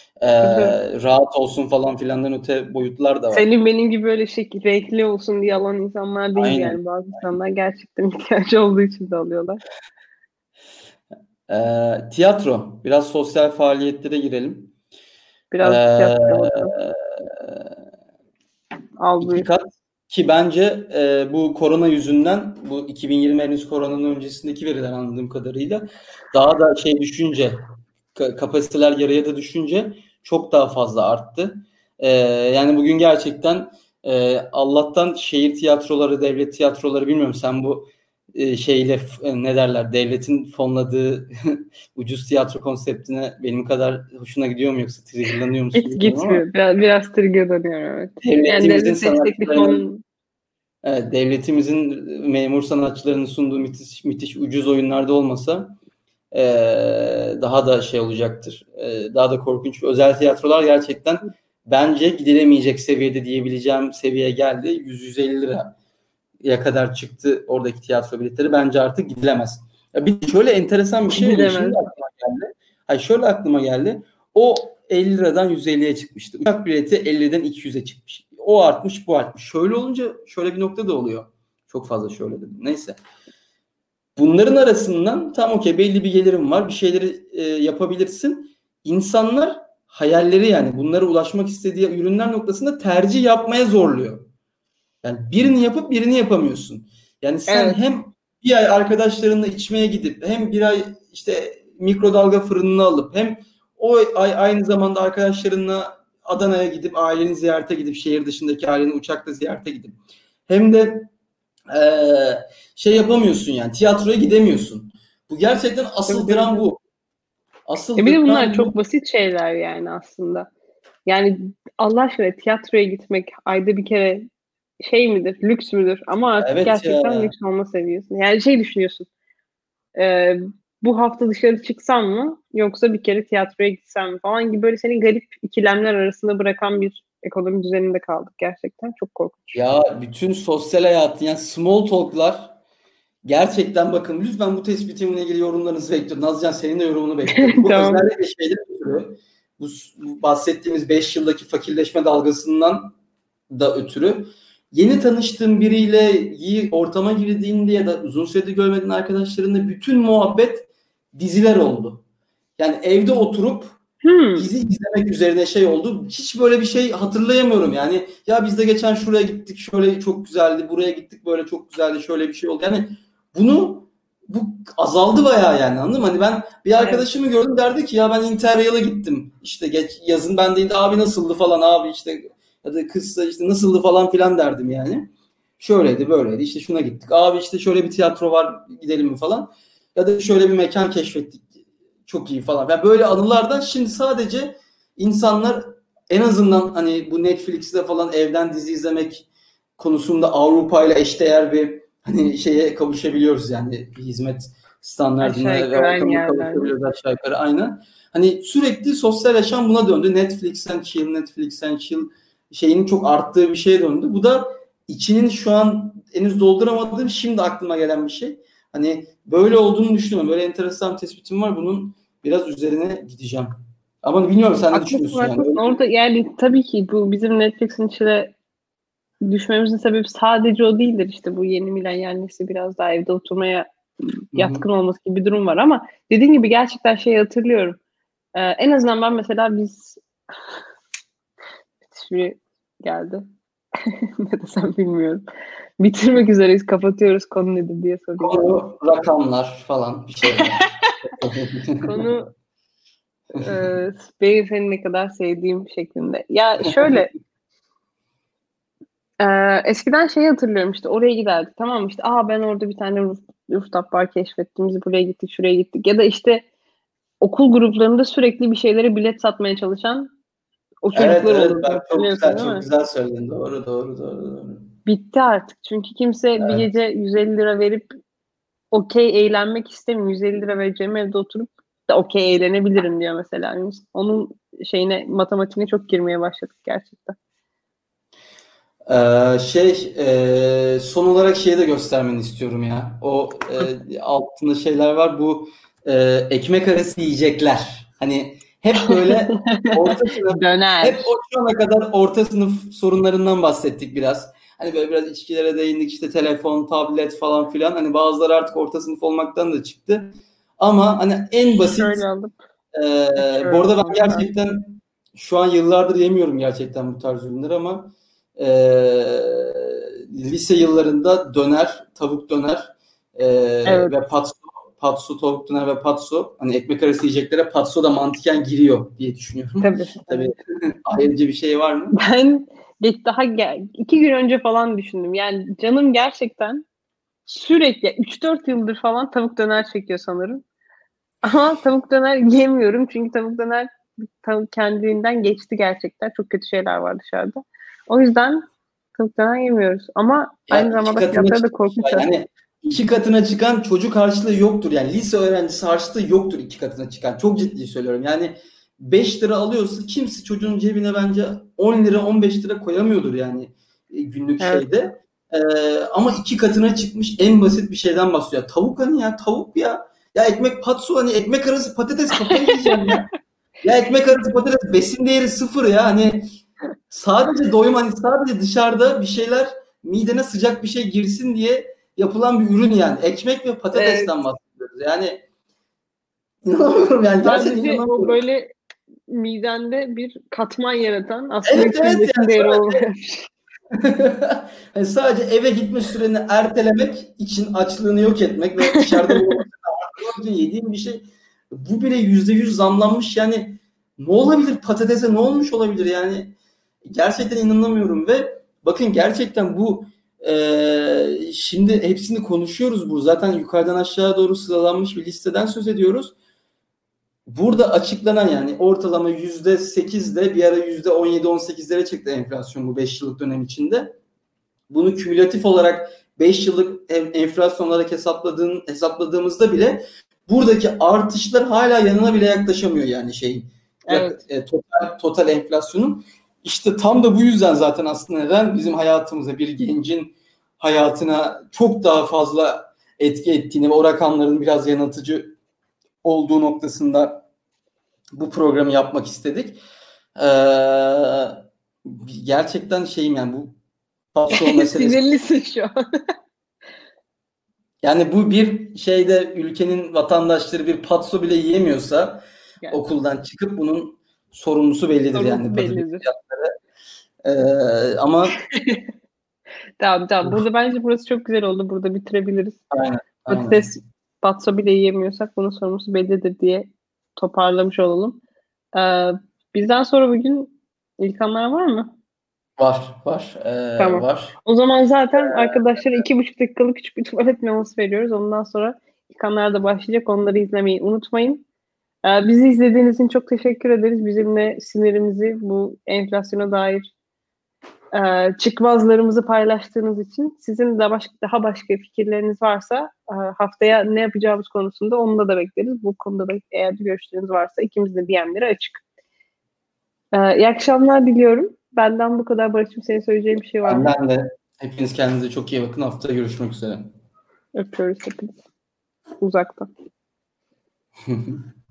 rahat olsun falan filandan öte boyutlar da var. Senin benim gibi böyle şekil renkli olsun diye alan insanlar değil Aynen. yani. Bazı insanlar gerçekten ihtiyacı olduğu için de alıyorlar. Tiyatro. Biraz sosyal faaliyetlere girelim. Biraz Ee, tiyatroya bakalım. Al 2 buyur. kat ki bence bu korona yüzünden, bu 2020 henüz koronanın öncesindeki veriler anladığım kadarıyla daha da düşünce, kapasiteler yarıya da düşünce çok daha fazla arttı. Yani bugün gerçekten Allah'tan şehir tiyatroları, devlet tiyatroları, bilmiyorum sen bu ne derler, devletin fonladığı ucuz tiyatro konseptine benim kadar hoşuna gidiyor mu, yoksa triggerlanıyor musun Hiç bilmiyorum ama gitmiyor. Biraz triggerlanıyorum, evet. Yani devletimizin devlet destekli sanatçılarının, fon. evet, devletimizin memur sanatçılarının sunduğu müthiş ucuz oyunlarda olmasa daha da olacaktır. Daha da korkunç. Özel tiyatrolar gerçekten bence gidilemeyecek seviyede diyebileceğim seviyeye geldi. 100-150 liraya kadar çıktı oradaki tiyatro biletleri. Bence artık gidilemez. Ya bir şöyle enteresan bir şey oluyor. Şimdi Gidemez. aklıma geldi. Şöyle aklıma geldi. O 50 liradan 150'ye çıkmıştı. Uçak bileti 50'den 200'e çıkmış. O artmış, bu artmış. Şöyle olunca şöyle bir nokta da oluyor. Çok fazla şöyle dedim. Neyse. Bunların arasından tam okey, belli bir gelirim var, bir şeyleri yapabilirsin. İnsanlar hayalleri, yani bunlara ulaşmak istediği ürünler noktasında tercih yapmaya zorluyor. Yani birini yapıp birini yapamıyorsun. Yani sen Evet. hem bir ay arkadaşlarınla içmeye gidip, hem bir ay mikrodalga fırınını alıp, hem o ay aynı zamanda arkadaşlarınla Adana'ya gidip aileni ziyarete gidip, şehir dışındaki aileni uçakla ziyarete gidip, hem de yapamıyorsun, yani tiyatroya gidemiyorsun. Bu gerçekten Tabii, asıl tabii, dram tabii. bu. Asıl Bir de bunlar dram bu. çok basit şeyler yani aslında. Yani Allah aşkına, tiyatroya gitmek ayda bir kere midir, lüks müdür? Ama artık Evet gerçekten ya. lüks olma seviyesinde. Yani düşünüyorsun. e, Bu hafta dışarı çıksam mı, yoksa bir kere tiyatroya gitsem mi falan gibi, böyle seni garip ikilemler arasında bırakan bir ekonomi düzeninde kaldık gerçekten. Çok korkunç. Ya bütün sosyal hayatın, yani small talk'lar gerçekten, bakın lütfen bu tespitimle ilgili yorumlarınızı bekliyorum. Nazcan, senin de yorumunu bekliyorum. Bu Tamam. özellikle bu bahsettiğimiz 5 yıldaki fakirleşme dalgasından da ötürü, yeni tanıştığın biriyle iyi ortama girdiğinde ya da uzun süredir görmediğin arkadaşlarınla bütün muhabbet diziler oldu. Yani evde oturup dizi izlemek üzerine oldu. Hiç böyle bir şey hatırlayamıyorum. Yani ya biz de geçen şuraya gittik, şöyle çok güzeldi, buraya gittik, böyle çok güzeldi, şöyle bir şey oldu. Yani bu azaldı bayağı, yani anladın mı? Hani ben bir Evet. arkadaşımı gördüm, derdi ki ya ben Interrail'a gittim. İşte yazın, ben de abi nasıldı falan, abi ya da kızsa nasıldı falan filan derdim yani. Şöyleydi, böyleydi, işte şuna gittik. Abi şöyle bir tiyatro var, gidelim mi falan. Ya da şöyle bir mekan keşfettik, çok iyi falan. Yani böyle anılardan şimdi sadece insanlar, en azından hani bu Netflix'te falan evden dizi izlemek konusunda Avrupa ile eşdeğer bir şeye kavuşabiliyoruz, yani bir hizmet Aşağı standardına ve yukarı aynı ortamına yerlerde. kavuşabiliyoruz aşağı yukarı, aynen. Hani sürekli sosyal yaşam buna döndü. Netflix and chill şeyinin çok arttığı bir şeye döndü. Bu da içinin şu an henüz dolduramadığım, şimdi aklıma gelen bir şey. Hani böyle olduğunu düşünüyorum. Böyle enteresan bir tespitim var. Bunun biraz üzerine gideceğim. Ama bilmiyorum, sen ne Haklısın, düşünüyorsun yani? haklısın. Orada yani tabii ki bu bizim Netflix'in içine düşmemizin sebebi sadece o değildir. İşte bu yeni milenyal nesli biraz daha evde oturmaya Hı-hı. yatkın olması gibi bir durum var, ama dediğin gibi gerçekten hatırlıyorum. En azından ben mesela şimdi geldi. Ne desem bilmiyorum. Bitirmek üzereyiz, kapatıyoruz. Konu nedir diye sorayım sana. Konu rakamlar falan, bir şeyler. Konu benim seni ne kadar sevdiğim şeklinde. Ya şöyle, eskiden hatırlıyorum, işte oraya giderdik, tamam mı, işte ben orada bir tane rooftop bar keşfettim, biz buraya gittik, şuraya gittik, ya da işte okul gruplarında sürekli bir şeylere bilet satmaya çalışan o Evet, çocuklar evet, olurdu, bak çok hatırlıyorsun güzel, değil çok mi? güzel söyledin. Doğru, doğru, doğru, doğru. Bitti artık, çünkü kimse bir Evet. gece 150 lira verip okey eğlenmek istemiyor. 150 lira vereceğim, evde oturup da okey eğlenebilirim diyor mesela. Yani onun matematiğine çok girmeye başladık gerçekten. Son olarak de göstermeni istiyorum ya. O altında şeyler var. Bu ekmek arası yiyecekler. Hani hep böyle orta sınıf, Döner. hep şu ana kadar orta sınıf sorunlarından bahsettik biraz. Hani böyle biraz içkilere değindik, işte telefon, tablet falan filan. Hani bazıları artık orta sınıf olmaktan da çıktı. Ama hani en basit, Şöyle alıp bu açıyorum arada ben konuşurken. gerçekten şu an yıllardır yemiyorum gerçekten bu tarz ürünleri, ama lise yıllarında döner, tavuk döner Evet. ve patso, tavuk döner ve patso, hani ekmek arası yiyeceklere patso da mantıken giriyor diye düşünüyorum. Tabii. Tabii ayrıca bir şey var mı? Ben 2 gün önce falan düşündüm. Yani canım gerçekten sürekli 3-4 yıldır falan tavuk döner çekiyor sanırım. Ama tavuk döner yemiyorum çünkü tavuk döner kendinden geçti gerçekten. Çok kötü şeyler var dışarıda. O yüzden tavuk döner yemiyoruz. Ama Ya aynı iki zamanda katına fiyatları da çıkmış korkunç. ya. Yani 2 katına çıkan çocuk harçlığı yoktur. Yani lise öğrencisi harçlığı yoktur 2 katına çıkan. Çok ciddi söylüyorum. Yani 5 lira alıyorsa kimse çocuğun cebine bence 10 lira 15 lira koyamıyordur yani günlük Evet. şeyde. Ama 2 katına çıkmış en basit bir şeyden bahsediyor. Tavuk hani ya tavuk ya. Ya ekmek patso hani ekmek arası patates kafayı yiyeceğim ya. Ya ekmek arası patates besin değeri sıfır ya. Hani sadece doyum hani sadece dışarıda bir şeyler midene sıcak bir şey girsin diye yapılan bir ürün yani. Ekmek ve Evet. patatesten bahsediyoruz. Yani inanamıyorum yani gerçekten Sadece o inanamıyorum. böyle midende bir katman yaratan aslında Evet hiçbir evet besin yani değeri sadece olmayan. hani sadece eve gitme süreni ertelemek için açlığını yok etmek ve dışarıda bulunmak için yediğim bir şey. Bu bile %100 zamlanmış yani ne olabilir patatese ne olmuş olabilir yani gerçekten inanamıyorum ve bakın gerçekten bu şimdi hepsini konuşuyoruz bu zaten yukarıdan aşağı doğru sıralanmış bir listeden söz ediyoruz. Burada açıklanan yani ortalama %8'de bir ara %17-18'lere çıktı enflasyon bu 5 yıllık dönem içinde. Bunu kümülatif olarak 5 yıllık enflasyon olarak hesapladığımızda bile buradaki artışlar hala yanına bile yaklaşamıyor yani şeyin Evet. total enflasyonun. İşte tam da bu yüzden zaten aslında neden bizim hayatımıza bir gencin hayatına çok daha fazla etki ettiğini ve o rakamların biraz yanıltıcı olduğu noktasında bu programı yapmak istedik. Gerçekten şeyim yani bu patso meselesi. Sinirlisin şu an. Yani bu bir şeyde ülkenin vatandaşları bir patso bile yiyemiyorsa Yani, okuldan çıkıp bunun sorumlusu bellidir yani sorumlusu patates bellidir. fiyatları. Ama Tamam. Burada bence burası çok güzel oldu. Burada bitirebiliriz. aynen, aynen. Patates batsa bile yiyemiyorsak bunun sorumlusu bellidir diye toparlamış olalım. Ee, Bizden sonra bugün İlkanlar var mı? Var, Tamam. var. O zaman zaten arkadaşlara 2,5 dakikalık küçük bir tuvalet molası veriyoruz. Ondan sonra İlkanlar da başlayacak. Onları izlemeyi unutmayın. Bizi izlediğiniz için çok teşekkür ederiz. Bizimle sinirimizi bu enflasyona dair çıkmazlarımızı paylaştığınız için. Sizin de daha başka fikirleriniz varsa haftaya ne yapacağımız konusunda onu da bekleriz. Bu konuda da eğer görüşleriniz varsa ikimizin de DM'leri açık. İyi akşamlar diliyorum. Benden bu kadar. Barış'ım senin söyleyeceğin bir şey var mı? Benden de hepiniz kendinize çok iyi bakın. Haftaya görüşmek üzere. Öpüyoruz hepinizi uzaktan.